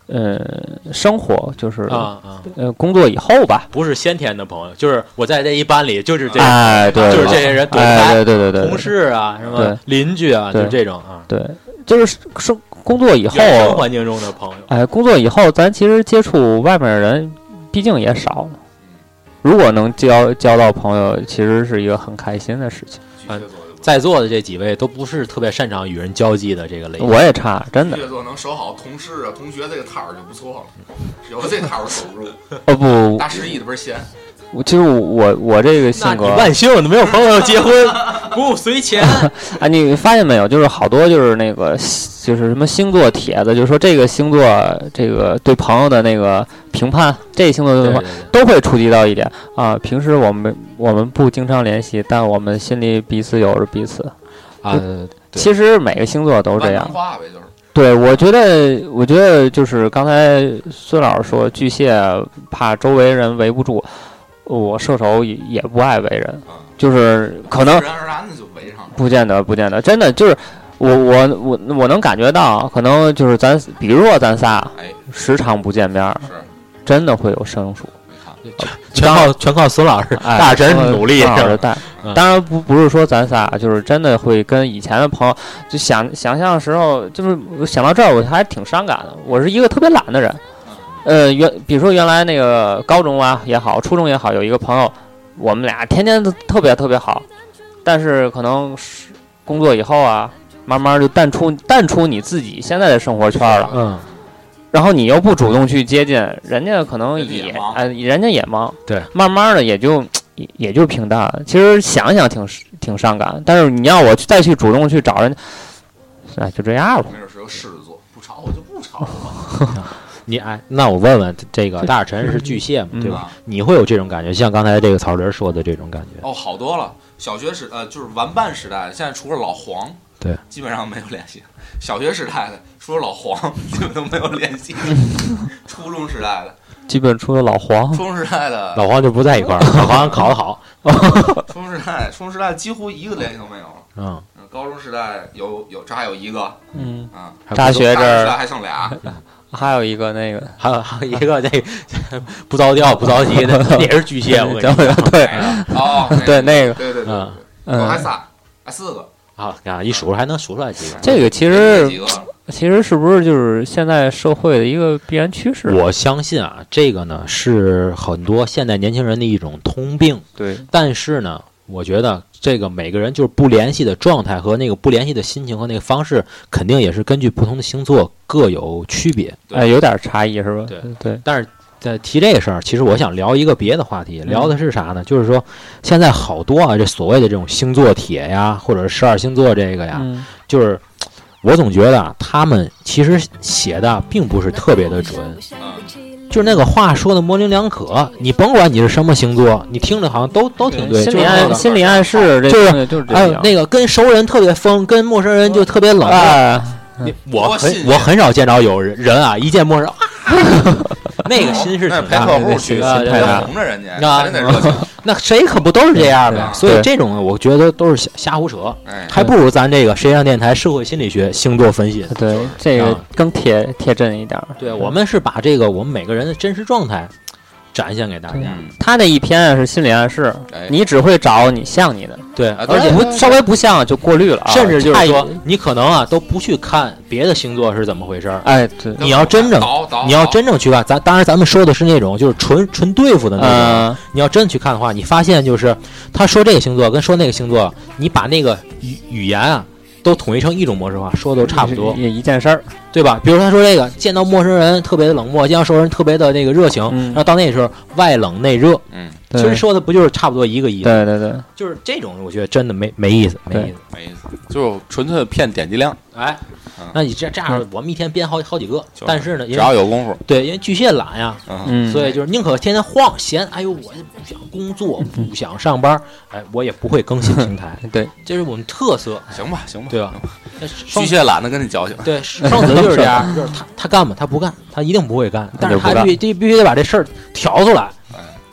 呃，生活就是啊啊， 呃，工作以后吧， 不是先天的朋友，就是我在这一班里就是这， 哎，对， 就是这些人， 哎，对对对对， 同事啊，什么邻居啊，就这种啊， 对，就是生工作以后， 原生环境中的朋友， 哎，工作以后，咱其实接触外面的人，毕竟也少了。如果能交交到朋友，其实是一个很开心的事情。 嗯，在座的这几位都不是特别擅长与人交际的这个类型， 我也差，真的。 巨蟹座能守好同事啊、同学这个摊儿就不错了，有这摊儿守不住。 哦不， 大十一的倍儿闲。 其实我我这个性格， 那你万幸没有朋友结婚，不用随钱啊！你发现没有？就是好多就是那个就是什么星座帖子，就是说这个星座这个对朋友的那个评判，这个星座的话都会触及到一点啊。平时我们我们不经常联系，但我们心里彼此有着彼此啊。 其实每个星座都这样。 话呗，就是对，我觉得我觉得就是刚才孙老师说，巨蟹怕周围人围不住。我射手也也不爱围人，就是可能自然而然的就围上了， 不见得，不见得，真的就是我我我我能感觉到，可能就是咱，比如说咱仨， 哎， 时常不见面， 是真的会有生疏， 全靠全靠孙老师大神努力， 是带。当然不不是说咱仨，就是真的会跟以前的朋友，就想想象的时候，就是想到这儿，我还挺伤感的。我是一个特别懒的人。呃，原比如说原来那个高中啊也好，初中也好，有一个朋友，我们俩天天都特别特别好，但是可能工作以后啊，慢慢就淡出淡出你自己现在的生活圈了。 嗯， 然后你又不主动去接近，人家可能也哎、呃，人家也忙， 对， 慢慢的也就也也就平淡了。其实想想挺挺伤感，但是你要我再去主动去找人，哎，就这样吧。 没准是个狮子座，不吵我就不吵了。 你哎，那我问问，这个大臣是巨蟹嘛，对吧？你会有这种感觉，像刚才这个曹仁说的这种感觉？ 哦，好多了。小学时呃，就是玩伴时代，现在除了老黄， 对， 基本上没有联系。小学时代的除了老黄，基本都没有联系。初中时代的， 基本除了老黄， 初中时代的老黄就不在一块儿，老黄考得好。 初中时代，初中时代几乎一个联系都没有了。 嗯， 高中时代有有，这还有一个， 嗯啊， 大学这儿还剩俩。 还有一个那个， 还有还有一个这不着调不着急的，也是巨蟹，我跟你说，对， 哦， 对那个， 对对对， 嗯， 我还仨，还四个啊，啊，一数还能数出来几个。 这个其实其实是不是就是现在社会的一个必然趋势？ 我相信啊，这个呢是很多现代年轻人的一种通病。 对， 但是呢，我觉得这个每个人就是不联系的状态和那个不联系的心情和那个方式，肯定也是根据不同的星座各有区别， 哎，有点差异是吧？ 对对。 但是在提这个事儿，其实我想聊一个别的话题，聊的是啥呢？嗯、就是说现在好多啊，这所谓的这种星座帖呀，或者是十二星座这个呀， 嗯、 就是我总觉得啊，他们其实写的并不是特别的准。就是那个话说的模棱两可，你甭管你是什么星座，你听着好像都都挺对。 心理暗、就是、心理暗示， 就是就是哎，那个跟熟人特别疯，跟陌生人就特别冷。 哎， 我很我很少见着有人人啊，一见陌生啊，那个心是挺陪客户去啊，哄着人家，真的热情。 那谁可不都是这样的？所以这种我觉得都是瞎瞎胡扯，还不如咱这个谁上电台社会心理学星座分析。 对，这个更贴贴真一点。 对，我们是把这个我们每个人的真实状态展现给大家。 他那一篇是心理暗示，你只会找你像你的。 对， 而且不稍微不像就过滤了， 甚至就是说你可能啊都不去看别的星座是怎么回事儿。 哎，对， 你要真正你要真正去看，咱当然咱们说的是那种就是纯纯对付的那种。 嗯、 你要真去看的话，你发现就是他说这个星座跟说那个星座，你把那个语语言啊都统一成一种模式化，说的都差不多， 也一件事儿， 对吧？比如他说这个见到陌生人特别的冷漠，见到熟人特别的那个热情， 嗯、 然后到那时候外冷内热， 嗯。 其实说的不就是差不多一个意思？ 对对对， 就是这种，我觉得真的没没意思，没意思， 没意思，就纯粹骗点击量。 哎，那你这这样，我们一天编好好几个，但是呢， 只要有功夫， 对，因为巨蟹懒呀， 嗯， 所以就是宁可天天晃闲，哎呦，我也不想工作，不想上班，哎，我也不会更新平台。 对， 这是我们特色。 行吧，行吧， 对吧？ 巨蟹懒得跟你矫情。 对，双子就是这样，就是他他干嘛？他不干，他一定不会干，但是他必必必须得把这事儿挑出来。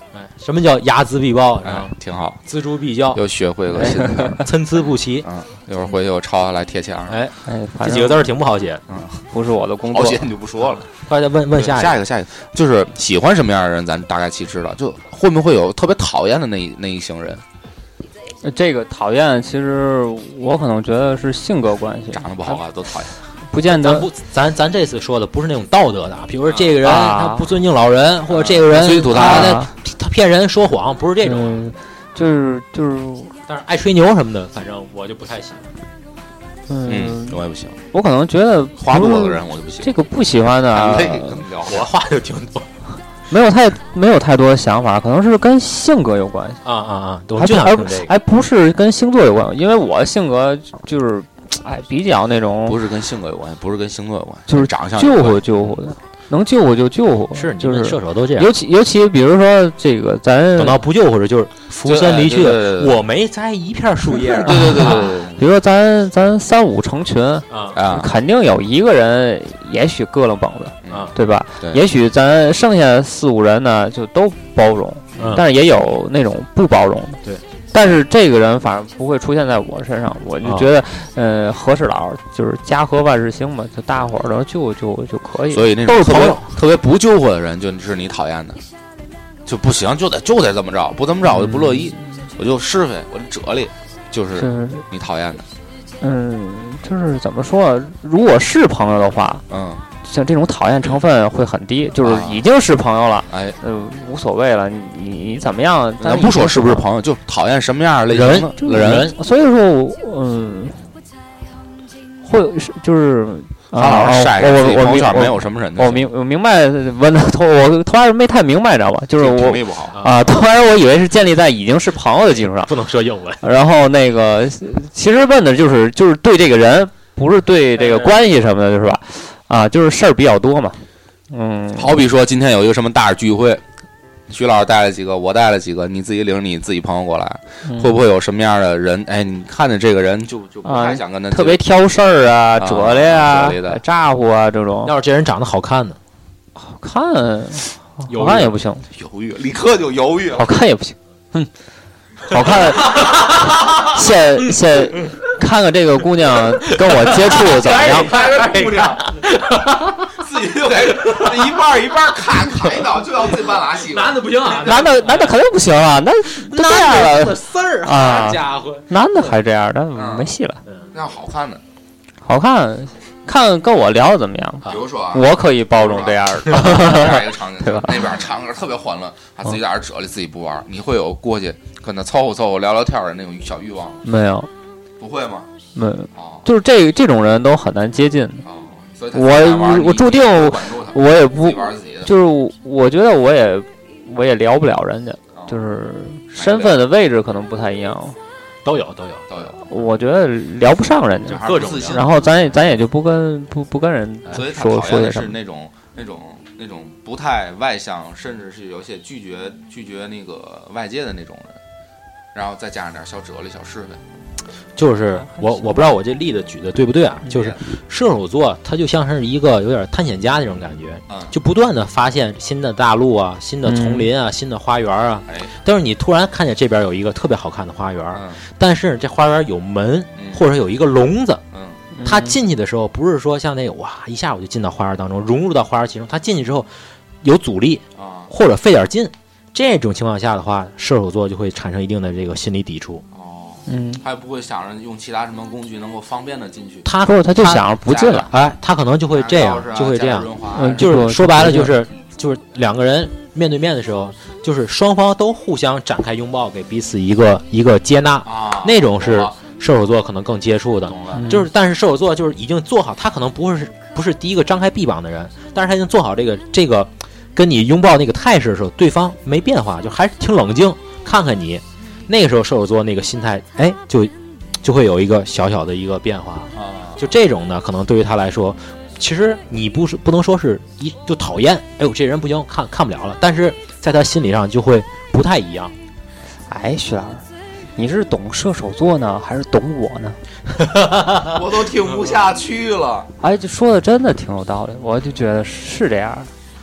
什么叫睚眦必报？ 哎，挺好， 锱铢必较， 又学会了新的， 参差不齐。 嗯，一会儿回去我抄下来贴墙上。 哎哎， 这几个字儿挺不好写， 嗯， 不是我的工作。 好写你就不说了。 快再问问下下一个，下一个就是喜欢什么样的人，咱大概其知道，就会不会有特别讨厌的那一那一型人？ 这个讨厌，其实我可能觉得是性格关系， 长得不好看都讨厌。 不见得。 咱不，咱咱这次说的不是那种道德的，比如说这个人啊他不尊敬老人，或者这个人随地吐他痰他他骗人说谎，不是这种。 嗯，就是就是， 但是爱吹牛什么的，反正我就不太喜欢。 嗯， 我也不行。 我可能觉得话多的人我就不喜欢。 这个不喜欢的啊， 我话就挺多。 没有太没有太多想法，可能是跟性格有关系啊啊啊！我还就想还听这个， 还不是跟星座有关系，因为我性格就是哎比较那种， 不是跟性格有关系，不是跟星座有关系， 就是长相救护救护的，能救护就救护， 是你们就是射手都这样。 尤其尤其比如说这个咱等到不救或者就是浮身离去， 对对对对我没摘一片树叶。 对对对对对比如说咱咱三五成群， 啊啊， 肯定有一个人也许咯楞蹦的， 啊， 对吧？ 对也许咱剩下四五人呢就都包容， 嗯但是也有那种不包容的。 对。 但是这个人反正不会出现在我身上，我就觉得，呃，和事佬就是家和万事兴嘛，就大伙儿都救救就可以。 所以那种特别特别不救火的人，就是你讨厌的，就不行，就得就得这么着，不这么着我就不乐意，我就是非，我就啫喱，就是你讨厌的。 嗯，就是怎么说，如果是朋友的话， 嗯。 像这种讨厌成分会很低，就是已经是朋友了， 哎， 呃，无所谓了，你你你怎么样？ 咱不说是不是朋友，就讨厌什么样类型的人。 所以说，嗯，会就是啊，晒着自己朋友圈没有什么人。 我明我明白，问的头我突然没太明白，知道吧？就是我不好啊，突然我以为是建立在已经是朋友的基础上， 不能说英文。 然后那个其实问的就是就是对这个人，不是对这个关系什么的，就是吧？啊，就是事儿比较多嘛，嗯， 好比说今天有一个什么大聚会，徐老师带了几个，我带了几个，你自己领你自己朋友过来， 嗯、 会不会有什么样的人？哎，你看着这个人就就不太想跟他、 啊、特别挑事儿啊， 啫喱啊， 的咋呼啊这种。 要是这人长得好看呢？ 好看，好看也不行， 犹豫，立刻就犹豫了。 好看也不行，哼，好看，先先。看看这个姑娘跟我接触怎么样？ 姑娘，自己就得一半一半看看一刀，就要这半拉戏。 男的不行啊， 男的男的肯定不行啊，那都这样了， 事儿啊， 家伙， 男的还这样，那没戏了。 那好看的， 好看，看跟我聊的怎么样？ 比如说啊， 我可以包容这样的。 这样一个场景， 对吧？ 那边唱歌特别欢乐，他自己在那折里自己不玩，你会有过去跟他凑合凑合聊聊天的那种小欲望？ 没有。 不会吗？ 没有，就是这这种人都很难接近。 哦、所以我我注定我也不，就是我觉得我也我也聊不了人家， 哦、 就是身份的位置可能不太一样。 都有都有都有， 我觉得聊不上人家， 各种。 然后咱也咱也就不跟不不跟人说说些什么。 是那种那种那种不太外向，甚至是有些拒绝拒绝那个外界的那种人，然后再加上点小哲理、小是非。 就是我我不知道我这例子举的对不对啊？就是射手座，他就像是一个有点探险家那种感觉，就不断的发现新的大陆啊、新的丛林啊、新的花园啊。但是你突然看见这边有一个特别好看的花园，但是这花园有门或者有一个笼子，他进去的时候不是说像那个哇一下我就进到花园当中，融入到花园其中，他进去之后有阻力或者费点劲，这种情况下的话，射手座就会产生一定的这个心理抵触。 嗯， 他也不会想着用其他什么工具能够方便的进去。 他说他就想着不进了， 哎，他可能就会这样，就会这样。 嗯， 就是说白了，就是就是两个人面对面的时候，就是双方都互相展开拥抱，给彼此一个一个接纳。 啊， 那种是射手座可能更接触的。 嗯、 就是，但是射手座就是已经做好，他可能不是不是第一个张开臂膀的人，但是他已经做好这个这个跟你拥抱那个态势的时候，对方没变化，就还是挺冷静，看看你。那个时候射手座那个心态，哎，就就会有一个小小的一个变化啊。就这种呢，可能对于他来说，其实你不是不能说是一就讨厌，哎呦这人不行，看看不了了。但是在他心理上就会不太一样。 哎，徐老师，你是懂射手座呢，还是懂我呢？ 我都听不下去了。 哎，这说的真的挺有道理，我就觉得是这样。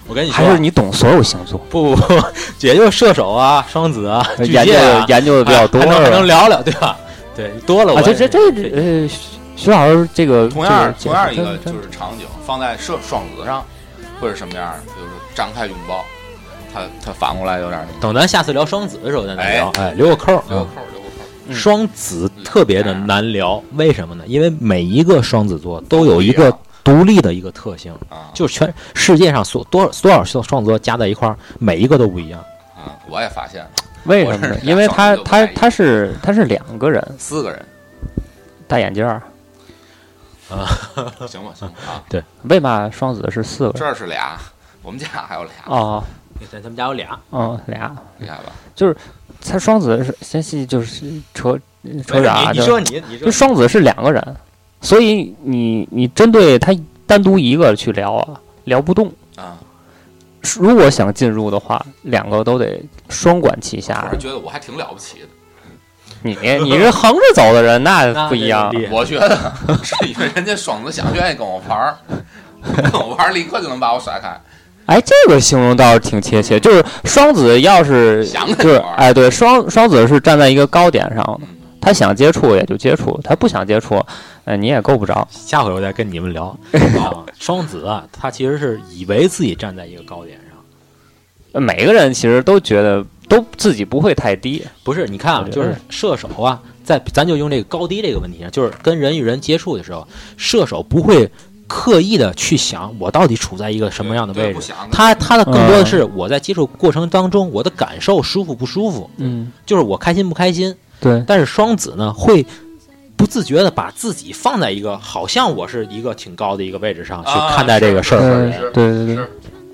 我跟你说， 还是你懂所有星座？ 不不不，也就是射手啊、双子啊、巨研究蟹啊， 研究的比较多， 还能还能聊聊，对吧？对，多了我啊，这这这呃，徐老师这个同样这个同样一个就是场景放在射双子上会是什么样的？比如说张开拥抱，他他反过来有点那等咱下次聊双子的时候咱再聊，哎，留个扣， 留个扣，留个扣。 双子特别的难聊，为什么呢？因为每一个双子座都有一个独立的一个特性，就是全世界上所多多少双子座加在一块儿，每一个都不一样。 嗯，我也发现了。 为什么呢？因为他他他是他是两个人， 四个人， 戴眼镜儿。 啊， 行吧行吧啊， 对， 为嘛双子是四个人？ 这儿是俩，我们家还有俩。 哦， 咱咱们家有俩， 嗯，俩， 厉害吧？ 就是他双子是先细就是扯扯远啊， 你说你你说， 就双子是两个人，所以你你针对他单独一个去聊啊，聊不动啊。 如果想进入的话，两个都得双管齐下。 我是觉得我还挺了不起的。 你你是横着走的人，那不一样。 我觉得是因为人家双子想愿意跟我玩儿，跟我玩儿立刻就能把我甩开。 哎，这个形容倒是挺贴切。就是双子要是就是哎，对，双双子是站在一个高点上的，他想接触也就接触，他不想接触，哎，你也够不着。 下回我再跟你们聊。啊、双子啊，他其实是以为自己站在一个高点上。 每个人其实都觉得都自己不会太低。 不是，你看啊，就是射手啊，在咱就用这个高低这个问题上，就是跟人与人接触的时候，射手不会刻意的去想我到底处在一个什么样的位置，他他的更多的是我在接触过程当中我的感受舒服不舒服， 嗯， 就是我开心不开心。 对， 但是双子呢会不自觉的把自己放在一个好像我是一个挺高的一个位置上去看待这个事儿， 对对对。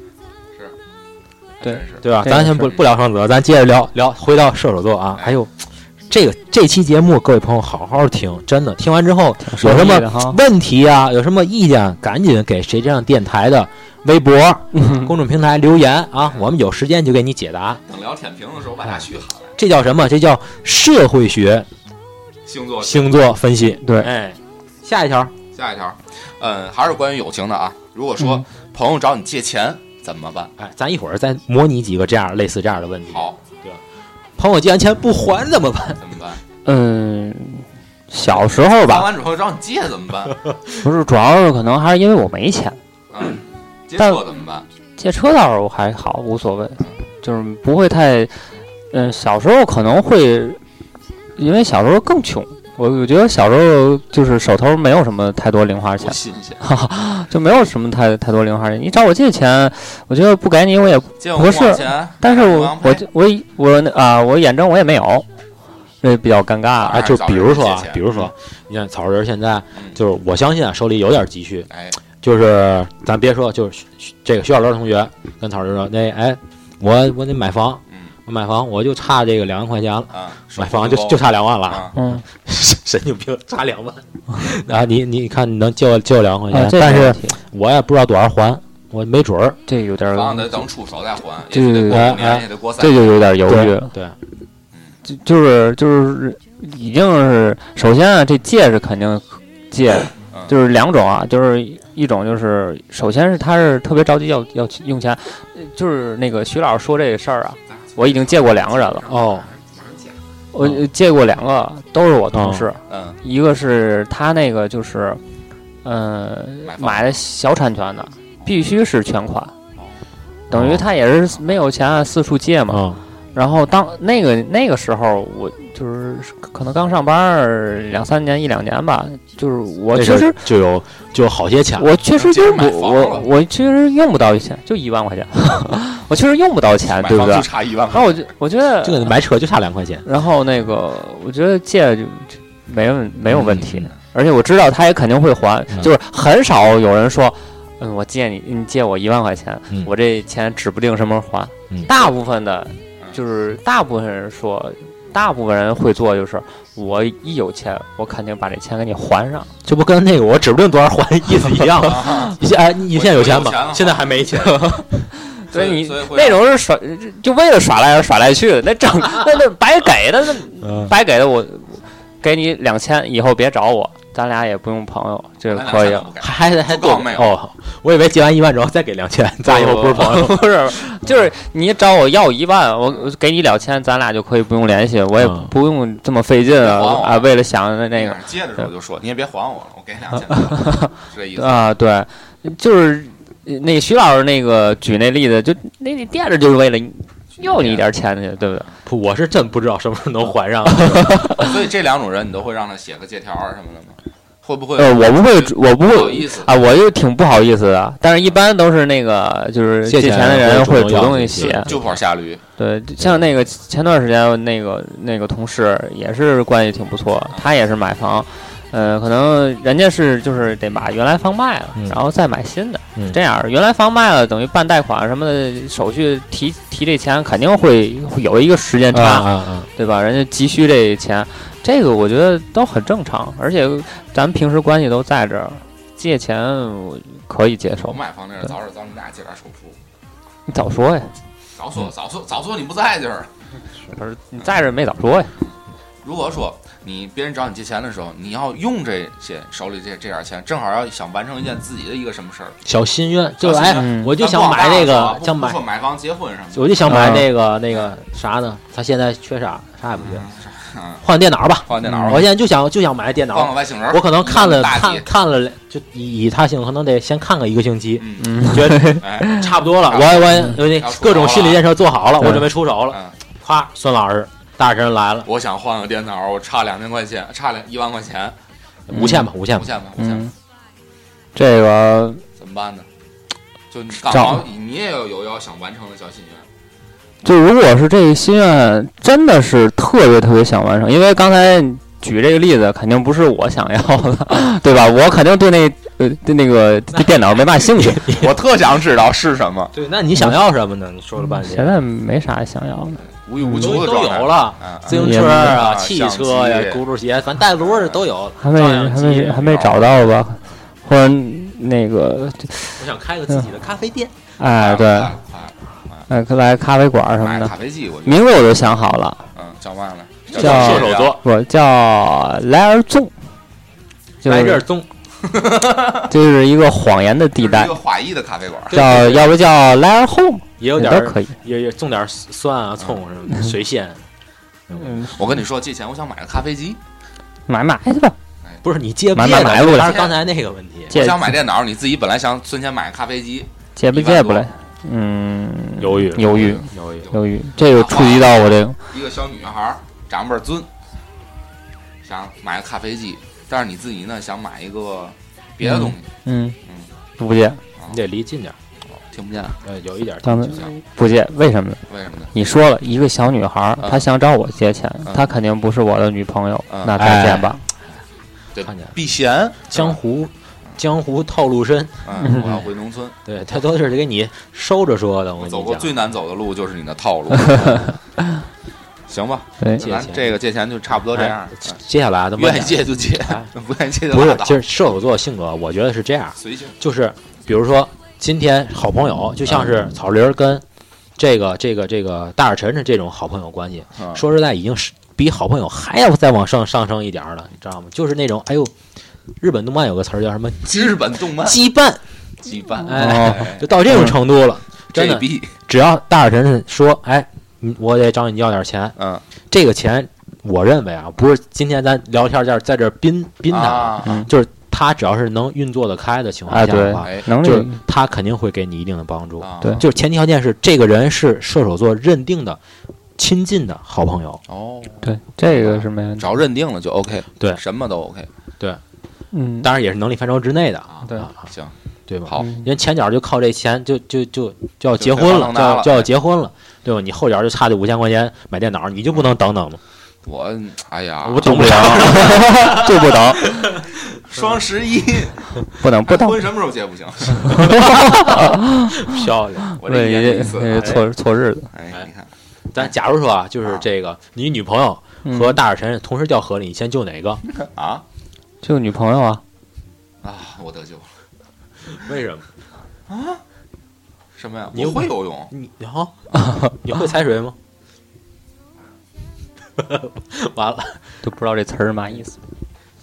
对对吧？咱先不不聊双子，咱接着聊聊，回到射手座啊。还有这个这期节目，各位朋友好好听，真的听完之后有什么问题啊，有什么意见，赶紧给谁这样电台的微博、嗯、公众平台留言啊，我们有时间就给你解答。 等聊天平的时候把它续好了。 这叫什么？这叫社会学星座星座分析。 对， 哎，下一条， 下一条，嗯，还是关于友情的啊。如果说朋友找你借钱。怎么办？ 哎，咱一会儿再模拟几个这样类似这样的问题。 好， 对吧？朋友借完钱不还怎么办？ 怎么办？ 嗯，小时候吧。 还完之后找你借怎么办？ 不是，主要是可能还是因为我没钱。 嗯，借车怎么办？ 借车倒是还好，无所谓，就是不会太……嗯，小时候可能会，因为小时候更穷。我我觉得小时候就是手头没有什么太多零花钱， 新鲜， 就没有什么太太多零花钱。你找我借钱，我觉得不给你我也不是，但是我我我我啊、呃，我眼睁我也没有，这比较尴尬啊。 就比如说啊，比如说，你看草人现在就是我相信啊，手里有点积蓄， 哎， 就是咱别说，就是这个徐小乐同学跟草人说，那哎，我我得买房。我买房我就差这个两万块钱了，啊、买房就就差两万了， 啊、 嗯， 神经病，差两万，啊，你你看你能借我借我两万块钱、 啊， 但是我也不知道多少还，我没准儿， 这有点房得等出手再还， 这就过五年也得过三年，这就有点犹豫了， 对， 就就是就是已经是首先啊，这借是肯定借。就是两种啊，就是一种就是首先是他是特别着急要要用钱，就是那个徐老师说这个事儿啊，我已经借过两个人了哦， 我借过两个都是我同事， 嗯， 一个是他那个就是呃买的小产权的，必须是全款，等于他也是没有钱四处借嘛。 哦然后当那个那个时候，我就是可能刚上班两三年一两年吧，就是我确实就有就有好些钱， 我确实用不我我确实用不到钱，就一万块钱，我确实用不到钱，对不对？ 就差一万块。 然后我就我觉得这个买车就差两块钱。 然后那个我觉得借就没问没有问题、嗯，而且我知道他也肯定会还，嗯、就是很少有人说，嗯，我借你你借我一万块钱， 嗯、 我这钱指不定什么时候还。 嗯、 大部分的。就是大部分人说，大部分人会做，就是我一有钱，我肯定把这钱给你还上。 这不跟那个我指不定多少还意思一样吗？你现哎，你现在有钱吗？现在还没钱。 所以你那种是耍，就为了耍来耍来去的，那挣那那白给的，那白给的我给你两千，以后别找我， 咱俩也不用朋友，这个可以。 还还还多没有哦，我以为借完一万之后再给两千，咱以后不是朋友。 不是，就是你找我要一万，我给你两千，咱俩就可以不用联系，我也不用这么费劲啊啊！为了想的那个， 借的时候就说你也别还我了，我给两千，是这意思啊？对，就是那徐老师那个举那例子，就那那垫着就是为了要你一点钱去，对不对？ 不，我是真不知道什么时候能还上。 所以这两种人，你都会让他写个借条什么的吗？会不会？ 呃，我不会，我不会。 不好意思啊，我就挺不好意思的。但是，一般都是那个就是借钱的人会主动写， 就跑下驴。 对，像那个前段时间那个那个同事也是关系挺不错，他也是买房，呃，可能人家是就是得把原来房卖了， 嗯、 然后再买新的， 嗯、 这样原来房卖了，等于办贷款什么的手续提提这钱肯定会会有一个时间差， 啊啊啊对吧？人家急需这钱。这个我觉得都很正常，而且咱们平时关系都在这儿，借钱我可以接受。 我买房那阵早点找你俩借点首付， 你早说呀！ 早说早说早说你不在这儿， 不是你在这儿没早说呀？ 如果说你别人找你借钱的时候，你要用这些手里这这点钱，正好要想完成一件自己的一个什么事儿， 小心愿，就是哎， 嗯、 我就想买这个，想买买房、结婚什么的， 我就想买那个、嗯、那个啥呢？他现在缺啥？啥也不缺。 嗯换电脑吧， 换电脑。 我现在就想就想买电脑， 换个外星人。 我可能看了看看了，就以以他性，可能得先看个一个星期， 嗯， 觉得差不多了。我我我各种心理建设做好了，我准备出手了。咵，孙老师大神来了， 我想换个电脑，我差两千块钱，差两一万块钱， 五千吧，五千， 五千吧，五千。 这个怎么办呢？就刚好你也有有要想完成的小心愿。 就如果是这个心愿真的是特别特别想完成，因为刚才举这个例子肯定不是我想要的，对吧？我肯定对那呃对那个对电脑没嘛兴趣， 我特想知道是什么。 对，那你想要什么呢？你说了半天， 现在没啥想要的， 无欲无求的都有了，自行车啊、汽车呀、轱辘鞋，反正带轮的都有。 还没还没还没找到吧？或者那个， 我想开个自己的咖啡店。 哎，对。哎，来咖啡馆什么的， 咖啡机， 名字我都想好了。 嗯，叫嘛呢？ 叫射手座， 不叫莱尔宗， 来这儿宗， 就是一个谎言的地带， 一个华裔的咖啡馆， 叫要不叫莱尔 home， 也有点都可以， 也也种点蒜啊、葱什么的，水仙。 嗯， 我跟你说，借钱我想买个咖啡机， 买买去吧。 不是你借不借买不还是刚才那个问题？ 我想买电脑，你自己本来想存钱买个咖啡机， 借不借不来？嗯， 犹豫， 犹豫， 犹豫， 犹豫，这个触及到我这个一个小女孩长倍儿尊，想买个咖啡机，但是你自己呢想买一个别的东西， 嗯嗯，不借， 你得离近点， 听不见， 呃，有一点听不见，不借，为什么呢？ 为什么呢？ 你说了一个小女孩，她想找我借钱，她肯定不是我的女朋友，那再见吧。 对，避嫌， 江湖。江湖套路深， 嗯，我要回农村。 对他都是给你收着说的。我走过最难走的路就是你的套路。行吧，咱这个借钱就差不多这样。 接下来的愿意借就借，不愿意借就不是。其实射手座性格，我觉得是这样， 随性。 就是比如说今天好朋友，就像是草林跟这个这个这个大耳晨晨这种好朋友关系，说实在已经是比好朋友还要再往上上升一点了，你知道吗？就是那种哎呦。日本动漫有个词儿叫什么？ 日本动漫羁绊， 羁绊， 哎，就到这种程度了。真的，只要大耳晨晨说，哎，我得找你要点钱， 嗯， 这个钱，我认为啊，不是今天咱聊天在在这宾宾他，就是他只要是能运作得开的情况下的话，就是他肯定会给你一定的帮助。 对， 就是前提条件是这个人是射手座认定的。亲近的好朋友哦， 对，这个是没问题， 只要认定了就 OK， 对， 什么都 OK， 对。 嗯， 当然也是能力范畴之内的啊。对， 行， 对吧？ 好， 人前脚就靠这钱，就就就就要结婚了，就要就要结婚了，对吧？你后脚就差这五千块钱买电脑，你就不能等等吗？ 我，哎呀， 我等不了， 就不等。 双十一不等不等， 婚什么时候结不行？ 漂亮， 我这意思， 错错日子。 哎，你看， 咱假如说啊，就是这个，你女朋友和大耳晨同时掉河里，你先救哪个啊？ 就女朋友啊！ 啊，我得救了。 为什么？ 啊？什么呀？你会游泳？ 你然后你会踩水吗？完了， 都不知道这词儿嘛意思。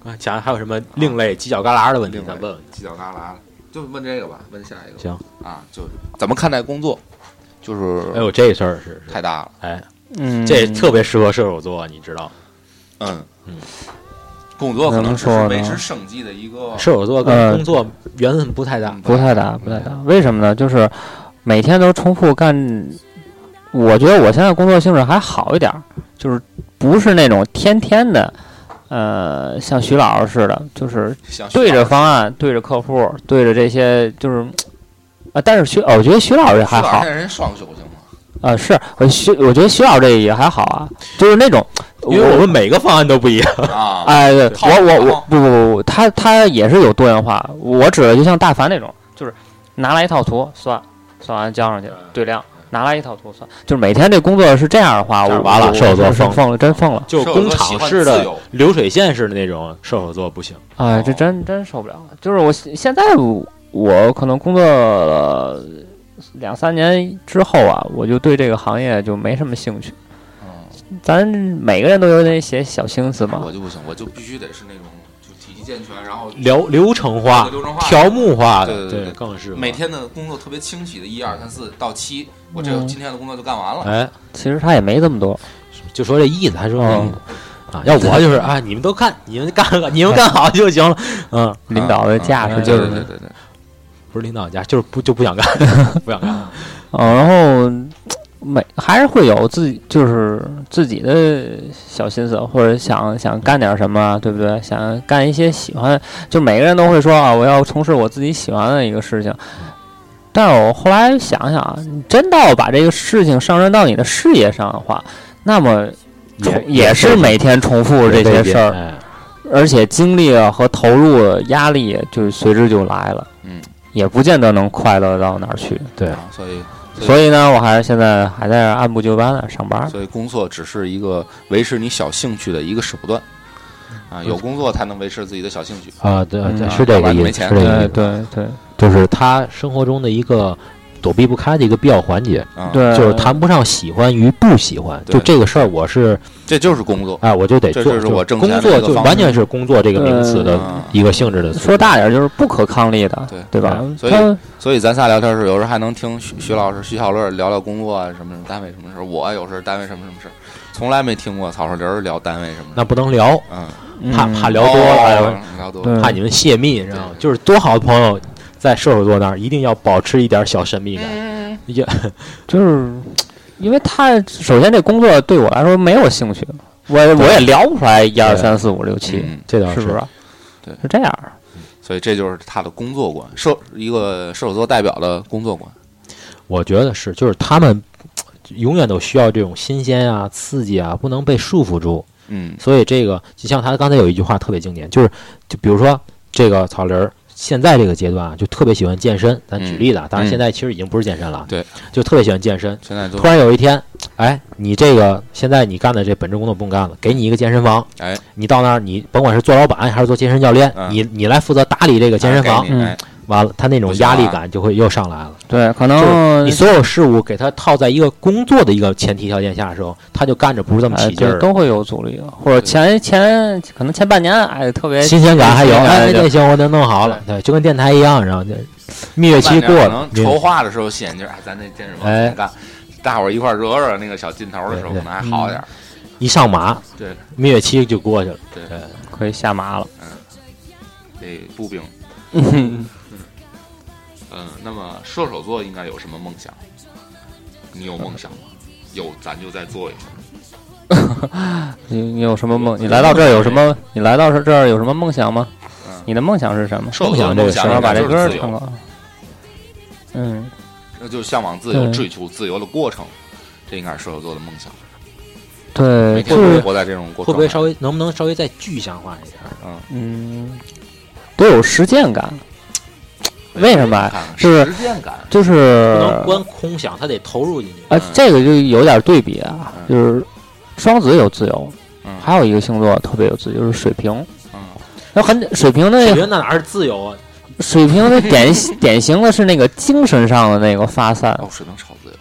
啊，想还有什么另类犄角旮旯的问题， 另类咱问问。 犄角旮旯，就问这个吧，问下一个。 行啊，就怎么看待工作？就是哎呦，这事儿是太大了。 哎， 嗯， 这特别适合射手座，你知道？ 嗯嗯， 工作可能只是怎么说呢维持生计的一个。 射手座跟工作缘分不太大， 嗯不太大，不太大。为什么呢？就是每天都重复干。我觉得我现在工作性质还好一点，就是不是那种天天的，呃，像徐老师似的，就是对着方案、对着客户、对着这些，就是啊。但是徐，我觉得徐老师还好。 现在人双休行吗？ 啊，是我徐，我觉得徐老师这也还好啊，就是那种， 因为我们每个方案都不一样啊。 哎，对，我我我不不不不，他他也是有多元化。我指的就像大凡那种，就是拿来一套图算，算完交上去对量。拿来一套图算，就是每天这工作是这样的话，我完了，射手座疯疯了，真疯了。 就工厂式的流水线式的那种射手座不行。 哎，这真真受不了。就是我现在我可能工作了两三年之后啊，我就对这个行业就没什么兴趣。嗯，咱每个人都有那些小心思嘛。 我就不行，我就必须得是那种就体系健全，然后流流程化、条目化的， 对对对， 更是每天的工作特别清晰的，一二三四到七。我这今天的工作就干完了。 哎， 其实他也没这么多， 就说这意思，还说嗯啊，要我就是啊，你们都看，你们干个，你们干好就行了。嗯， 领导的架势就是， 对对对对， 不是领导架，就是不就不想干，不想干。 嗯，然后每还是会有自己就是自己的小心思，或者想想干点什么，对不对？想干一些喜欢，就每个人都会说啊，我要从事我自己喜欢的一个事情。但是我后来想想啊，你真到把这个事情上升到你的事业上的话，那么也也是每天重复这些事儿， 哎、 而且精力和投入压力就随之就来了， 嗯， 也不见得能快乐到哪儿去。 对， 啊、所以所以呢，我还是现在还在按部就班的上班。 所以工作只是一个维持你小兴趣的一个手段。啊，有工作才能维持自己的小兴趣啊，对，对嗯、 是这个意思，是这个意思， 对对， 就是他生活中的一个躲避不开的一个必要环节， 啊、 对， 就是谈不上喜欢与不喜欢，就这个事儿，我是这就是工作， 哎，我就得做， 这是我挣钱工作就完全是工作这个名词的一个性质的， 说大点就是不可抗力的， 对对吧？ 所以所以咱仨聊天时，有时候还能听徐徐老师、徐小乐聊聊工作啊，什么什么单位什么事儿，我有时单位什么什么事儿，从来没听过曹少林聊单位什么， 那不能聊， 嗯。 怕怕聊多了， 哦、聊多了怕你们泄密，你知道吗？就是多好的朋友，在射手座那儿一定要保持一点小神秘感。 嗯、 也就是因为他首先这工作对我来说没有兴趣，我我也聊不出来一二三四五六七， 嗯、 这倒是不是？ 对， 是这样。 所以这就是他的工作观，射一个射手座代表的工作观。 我觉得是，就是他们永远都需要这种新鲜啊、刺激啊，不能被束缚住。 嗯， 所以这个就像他刚才有一句话特别经典，就是就比如说这个草林儿现在这个阶段啊，就特别喜欢健身。咱举例子， 嗯、 当然现在其实已经不是健身了， 对、嗯， 就特别喜欢健身。 现在突然有一天，哎，你这个现在你干的这本职工作不用干了，给你一个健身房， 哎， 你到那儿，你甭管是做老板还是做健身教练， 嗯、 你你来负责打理这个健身房， 嗯。 完了，他那种压力感就会又上来了。 对，可能你所有事物给他套在一个工作的一个前提条件下的时候，他就干着不是这么起劲儿、 哎，都会有阻力。或者前前可能前半年哎特别新鲜感还有，哎这行我能弄好了，对，就跟电台一样，然后就蜜月期过了， 筹划的时候新鲜劲儿，哎，咱那健身房先干，大伙儿一块惹惹那个小劲头的时候，可能还好点儿。 一上马， 对， 蜜月期就过去了， 对， 可以下马了。 嗯，得步兵。 嗯。 嗯，那么射手座应该有什么梦想？你有梦想吗？有，咱就再做一下。 你你有什么梦？你来到这儿有什么？你来到这儿有什么梦想吗？ 嗯， 你的梦想是什么？ 梦想这个想要把这歌唱了。嗯， 那就是向往自由、追求自由的过程，这应该是射手座的梦想。 对， 就是活在这种过程。 会不会稍微能不能稍微再具象化一点？ 嗯嗯，都有实践感。为什么？是实践感， 就是不能光空想，他得投入进去。 啊，这个就有点对比啊，就是双子有自由，还有一个星座特别有自由，就是水瓶。 嗯， 那很水瓶的， 水瓶那哪是自由啊？ 水瓶的典典型的是那个精神上的那个发散。 哦，水瓶超自由。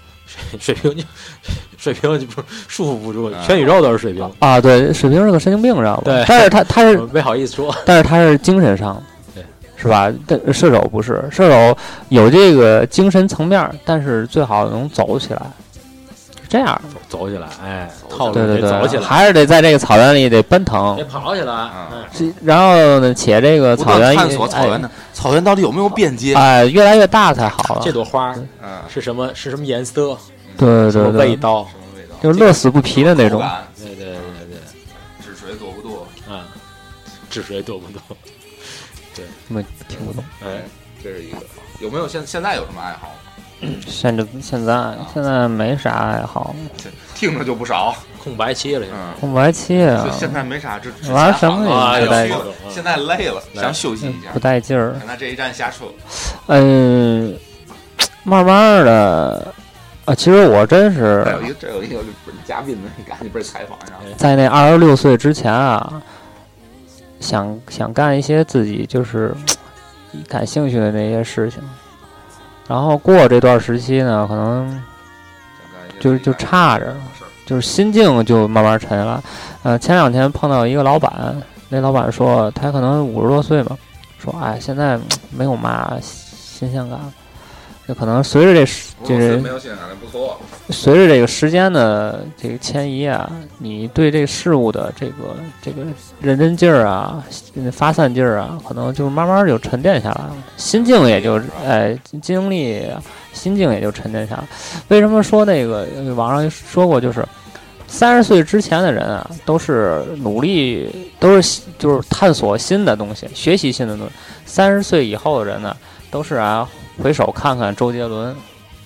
水瓶就水瓶就不是束缚不住，全宇宙都是水瓶啊。对，水瓶是个神经病，知道吗？ 对， 但是他他是没好意思说， 但是他是精神上的， 对， 是吧？但射手不是，射手有这个精神层面，但是最好能走起来。这样走走起来，哎，套路对对对， 走起来， 还是得在这个草原里得奔腾， 得跑起来。 嗯，然后呢，且这个草原探索草原的、哎、草原到底有没有边界？ 哎，越来越大才好了。 这朵花，嗯，是什么？是什么颜色？ 对对对， 什么味道？ 什么味道？ 就是乐此不疲的那种。 对对对对对，治水多不多？ 嗯，治水多不多？对， 没听不懂。 哎，这是一个。有没有现现在有什么爱好？ 现在现在现在没啥爱好， 听着就不少， 空白期了， 嗯， 空白期啊， 现在没啥，这玩什么也不带劲， 现在累了，想休息一下， 不带劲儿。 现在这一站下车， 嗯，慢慢的啊，其实我真是， 这有一个这有一个嘉宾呢，你赶紧被采访一下， 在那二十六岁之前啊，想想干一些自己就是感兴趣的那些事情。然后过这段时期呢，可能就就差着，就是心境就慢慢沉了。呃，前两天碰到一个老板，那老板说他可能五十多岁嘛，说哎，现在没有嘛新鲜感，就可能随着这这个没有新鲜感不错。 随着这个时间的这个迁移啊，你对这个事物的这个这个认真劲儿啊、发散劲儿啊，可能就慢慢就沉淀下来了，心境也就哎精力、心境也就沉淀下来。为什么说那个网上说过，就是三十岁之前的人啊，都是努力，都是就是探索新的东西，学习新的东西。三十岁以后的人呢，都是啊回首看看周杰伦。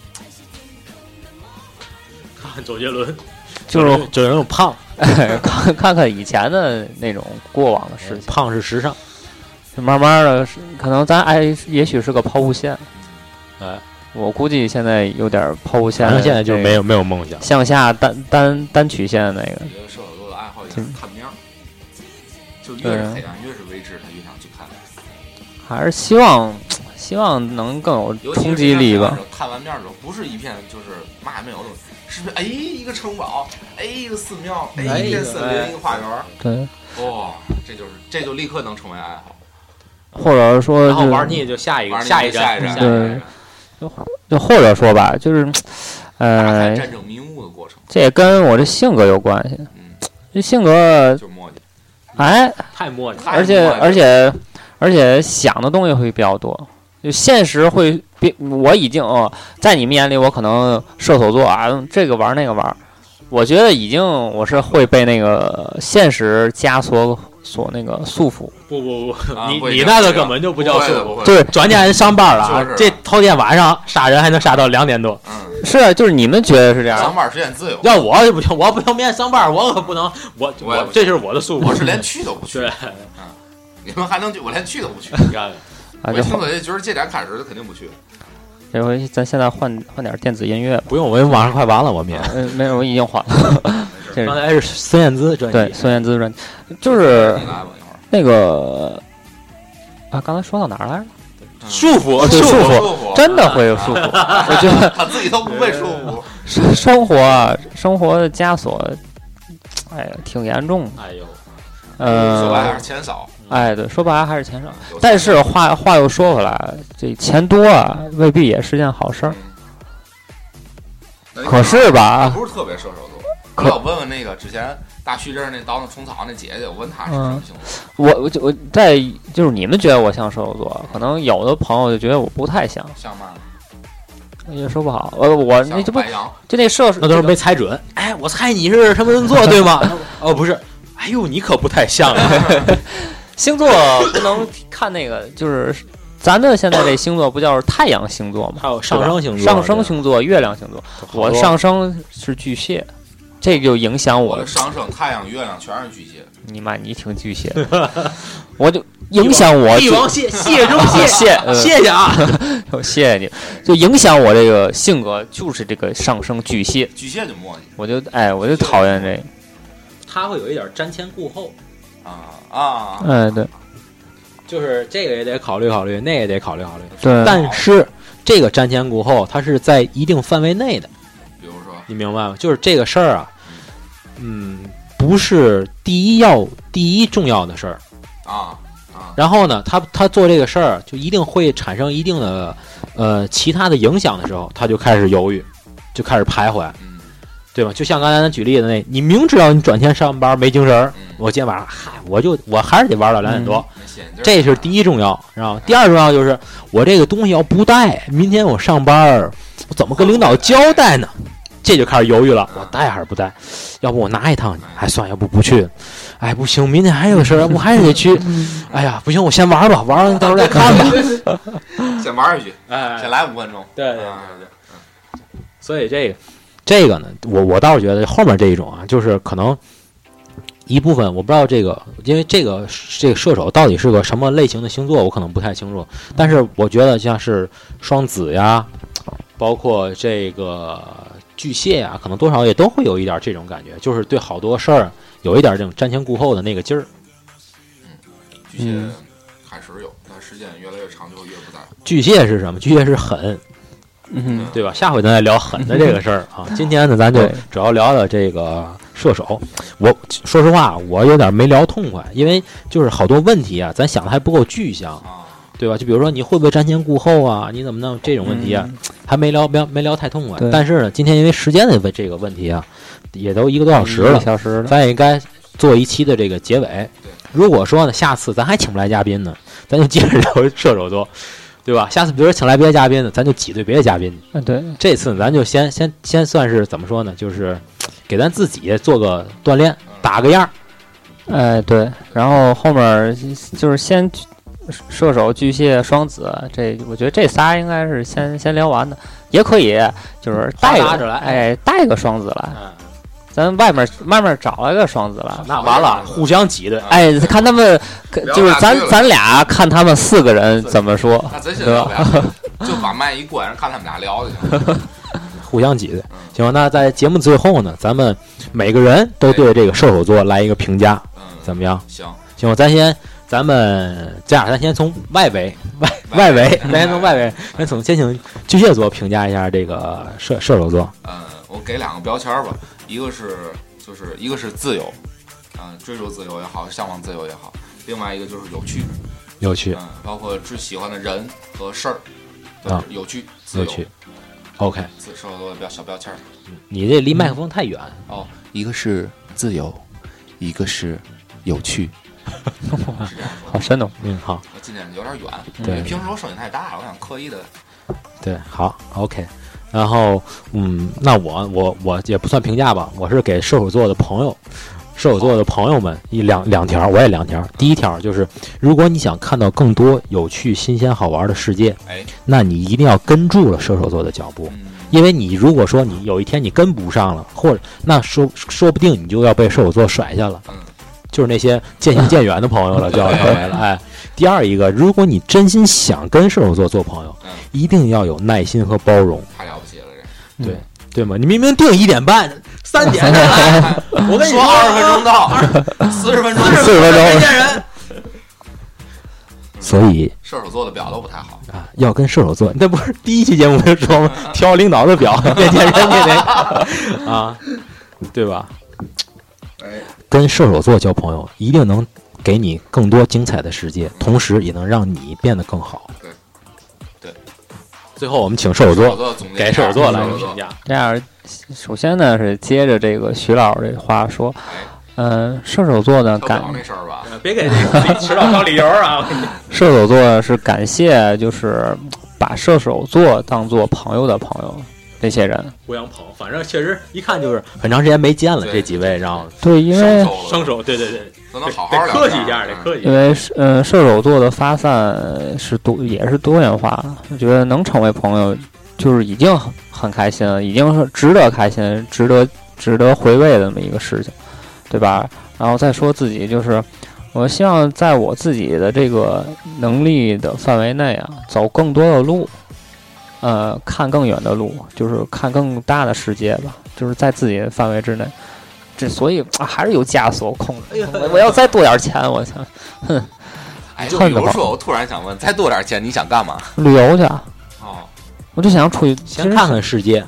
周杰伦就是周杰伦胖， 看看看以前的那种过往的事情， 胖是时尚， 就慢慢的，可能咱哎，也许是个抛物线， 哎， 我估计现在有点抛物线， 现在就没有没有梦想， 向下单单单曲线那个。 我觉得射手座的爱好也是看面儿，就越是黑暗越是未知，他越想去看。 还是希望希望能更有冲击力吧。 看完面之后，不是一片就是嘛也没有的。是不是？哎，一个城堡，哎，一个寺庙，哎，一片森林，一个花园。 对， 哇，这就是这就立刻能成为爱好， 或者说， 然后玩腻就下一个，下一站， 对，就就或者说吧，就是，呃， 战争迷雾的过程， 这也跟我这性格有关系。嗯，这性格就磨叽， 哎， 太磨叽， 而且而且而且想的东西会比较多。就现实会变，我已经、哦、在你们眼里，我可能射手座啊，这个玩那个玩，我觉得已经我是会被那个现实枷锁所那个束缚。 不不不，啊、你你那个根本就不叫束缚， 对， 转天上班了啊，这头天晚上杀人还能杀到两点多。 嗯， 是，就是你们觉得是这样。 上班时间自由。 要我就不行，我不用面上班，我可不能，我我这就是我的束缚， 我是连去都不去。 对， 嗯，你们还能去，我连去都不去。 啊， 就听着觉得这点开始就肯定不去。 这回咱现在换换点电子音乐， 不用，我马上快完了，我们也。 嗯，没有，我已经换了。 这刚才是孙燕姿专辑， 对，孙燕姿专辑，就是那个啊，刚才说到哪儿来着？ 束缚， 对，束缚， 真的会有束缚。我觉得他自己都不被束缚。 生生活啊，生活的枷锁，哎呀，挺严重的。 哎呦， 呃， 说白还是钱少。 哎，对，说白了还是钱少。但是话话又说回来，这钱多啊，未必也是件好事儿。 嗯、 可是吧， 不是特别射手座。我要问问那个之前大徐这儿那倒腾虫草那姐姐，我问她是什么星座？ 我我我在就是你们觉得我像射手座，可能有的朋友就觉得我不太像。 像嘛？ 也说不好。呃，我那就不就那射手那都是没猜准。哎，我猜你是什么座对吗？哦，不是。哎呦，你可不太像啊。 星座不能看那个，就是咱的现在这星座不叫太阳星座吗？ 还有上升星座、 上升星座、月亮星座。我上升是巨蟹，这就影响我。 我的上升太阳、月亮全是巨蟹。 你妈，你挺巨蟹的，我就影响我。 帝王蟹，蟹中蟹， 谢谢谢啊， 谢谢你，就影响我这个性格，就是这个上升巨蟹。 巨蟹就磨叽， 我就哎，我就讨厌这个。 他会有一点瞻前顾后。 啊啊！ 哎，对， 就是这个也得考虑考虑，那个也得考虑考虑。 对， 但是这个瞻前顾后，它是在一定范围内的。 比如你明白吗？就是这个事儿啊，嗯，不是第一要第一重要的事儿啊啊。 然后呢，他他做这个事儿就一定会产生一定的呃其他的影响的时候，他就开始犹豫，就开始徘徊。对吧？就像刚才咱举例的那，你明知道你转天上班没精神儿，嗯、我今天晚上嗨，我就我还是得玩到两点多，嗯、这是第一重要，然后第二重要就是我这个东西要不带，明天我上班我怎么跟领导交代呢？这就开始犹豫了，我带还是不带？要不我拿一趟去？哎，算，要不不去。哎，不行，明天还有事儿，我还是得去。哎呀，不行，我先玩吧，玩完到时候再看吧。 先玩下去，哎，先来五分钟。 对对对对。所以这个。这个呢，我我倒是觉得后面这一种啊，就是可能一部分我不知道这个，因为这个这个射手到底是个什么类型的星座，我可能不太清楚。但是我觉得像是双子呀，包括这个巨蟹呀，可能多少也都会有一点这种感觉，就是对好多事儿有一点这种瞻前顾后的那个劲儿。 嗯，巨蟹开始有，但时间越来越长就会越不在。 巨蟹是什么？巨蟹是狠。 嗯， 对吧？下回咱再聊狠的这个事儿啊。今天呢，咱就主要聊聊这个射手。我说实话，我有点没聊痛快，因为就是好多问题啊，咱想的还不够具象，对吧？就比如说你会不会瞻前顾后啊？你怎么弄这种问题啊？还没聊没没聊太痛快。但是呢，今天因为时间的这个问题啊，也都一个多小时了， 小时了， 咱也应该做一期的这个结尾。如果说呢，下次咱还请不来嘉宾呢，咱就接着聊射手座。对吧？下次比如说请来别的嘉宾呢，咱就挤兑别的嘉宾。 嗯，对。 这次呢，咱就先先先算是怎么说呢？就是给咱自己做个锻炼，打个样。 哎，对。然后后面就是先射手、巨蟹、双子，这我觉得这仨应该是先先聊完的，也可以就是带个来， 哎，带个双子来。嗯，咱外面外面找了个双子了， 那完了，互相挤兑。 哎，看他们，就是咱咱俩看他们四个人怎么说， 对吧？就把麦一关，看他们俩聊就行。 互相挤兑。行，那在节目最后呢，咱们每个人都对这个射手座来一个评价，怎么样？ 行行，咱先，咱们这样，咱先从外围外外围，咱先从外围，咱从先请巨蟹座评价一下这个射射手座。 嗯，我给两个标签吧。一个是就是一个是自由，嗯、呃，追逐自由也好，向往自由也好；另外一个就是有趣， 有趣， 嗯，包括只喜欢的人和事儿，啊，有趣，自由有趣 ，OK， 射手座的标小标签。 你这离麦克风太远、 嗯、哦，一个是自由，一个是有趣， 好深哦， 嗯，好， 我今天有点远， 对， 平时我声音太大了，我想刻意的， 对，好 ，OK。然后，嗯，那我我我也不算评价吧，我是给射手座的朋友，射手座的朋友们一两两条，我也两条。第一条就是，如果你想看到更多有趣、新鲜、好玩的世界， 哎， 那你一定要跟住了射手座的脚步， 嗯、 因为你如果说你有一天你跟不上了，或者那说说不定你就要被射手座甩下了， 嗯， 就是那些渐行渐远的朋友了，就要成为了。哎，第二一个，如果你真心想跟射手座做朋友， 嗯、 一定要有耐心和包容。对对吗？你明明定一点半，三点再来，我跟你说二十分钟到，四十分钟， 四十分钟见人。所以射手座的表都不太好啊，要跟射手座，那不是第一期节目就说吗？挑领导的表，面见人家得啊，对吧？跟射手座交朋友，一定能给你更多精彩的世界，同时也能让你变得更好。最后，我们请射手座给射手座来个评价。 这样，首先呢是接着这个徐老师这话说，嗯、呃，射手座呢感没事吧？ 别给这个迟到找理由啊！ 射手座是感谢，就是把射手座当做朋友的朋友，这些人互相捧，反正确实一看就是很长时间没见了，这几位，然后对，因为生手，对对对。 都能好好聊， 客气一下，得客气。 因为呃，射手座的发散是多，也是多元化。我觉得能成为朋友，就是已经很很开心了，已经是值得开心、值得值得回味的那么一个事情，对吧？然后再说自己，就是我希望在我自己的这个能力的范围内啊，走更多的路，呃，看更远的路，就是看更大的世界吧，就是在自己的范围之内。这所以啊，还是有枷锁控制。我我要再多点钱，我想，哼。 哎，就比如说，我突然想问，再多点钱，你想干嘛？ 旅游去。 哦， 我就想出去先看看世界啊。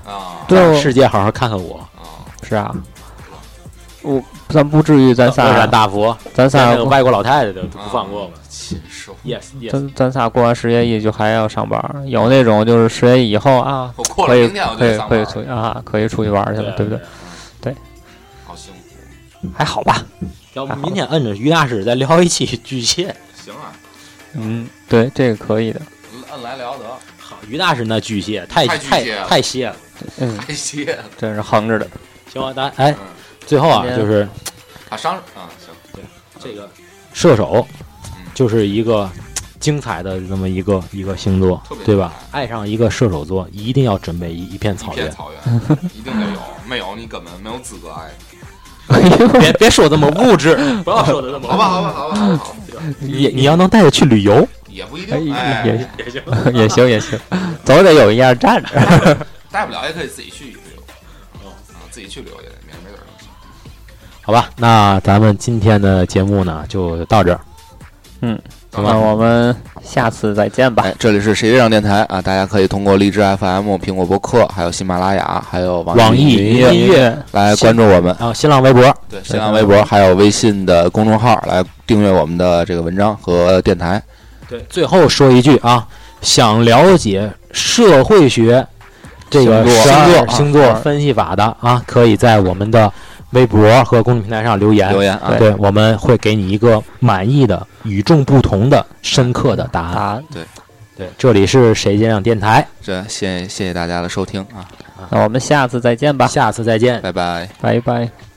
对， 世界好好看看我。 啊， 是啊，我咱不至于咱乐仨山大佛， 咱仨那个外国老太太都不放过吧禽兽， ？Yes yes， 咱咱仨过完十月一就还要上班，有那种就是十月一以后啊， 我过了可以明天我就可以得上班可以出去啊，可以出去玩去了，对不对？ 好幸福。 还好吧？ 要不明天摁着于大师再聊一期巨蟹。 行啊， 嗯，对，这个可以的。 摁来聊得， 好，于大师那巨蟹太太巨太蟹了太蟹了。 嗯， 太谢了。 真是横着的。 行吧，咱哎， 嗯， 最后啊， 今天就是啊上啊行， 这个射手嗯， 就是一个精彩的这么一个一个星座特别， 对吧？爱上一个射手座，一定要准备一一片草原。 一片草原，一定得有，没有你根本没有资格爱。 别别说这么物质，不要说的这么好吧，好吧，好吧，好吧，好吧你你要能带着去旅游， 也不一哎定，哎， 也也行。 也行也行，总得有一样站着。 带不了也可以自己去旅游，啊，自己去旅游也得没没准儿能行。 好吧，那咱们今天的节目呢就到这儿。 嗯， 行吧那我们下次再见吧。 哎，这里是谁上电台啊？大家可以通过荔枝 F M、苹果播客、还有喜马拉雅、还有网网易云云音乐来关注我们。 啊，新浪微博， 对，新浪微博还有微信的公众号来订阅我们的这个文章和电台。 对，最后说一句啊，想了解社会学这个星座星座啊星座分析法的啊，可以在我们的微博和公众平台上留言。 留言啊， 对，我们会给你一个满意的、与众不同的、深刻的答案。 答案。 对，这里是谁先上电台， 这谢谢谢谢大家的收听啊， 那我们下次再见吧， 下次再见。 拜拜。 拜拜。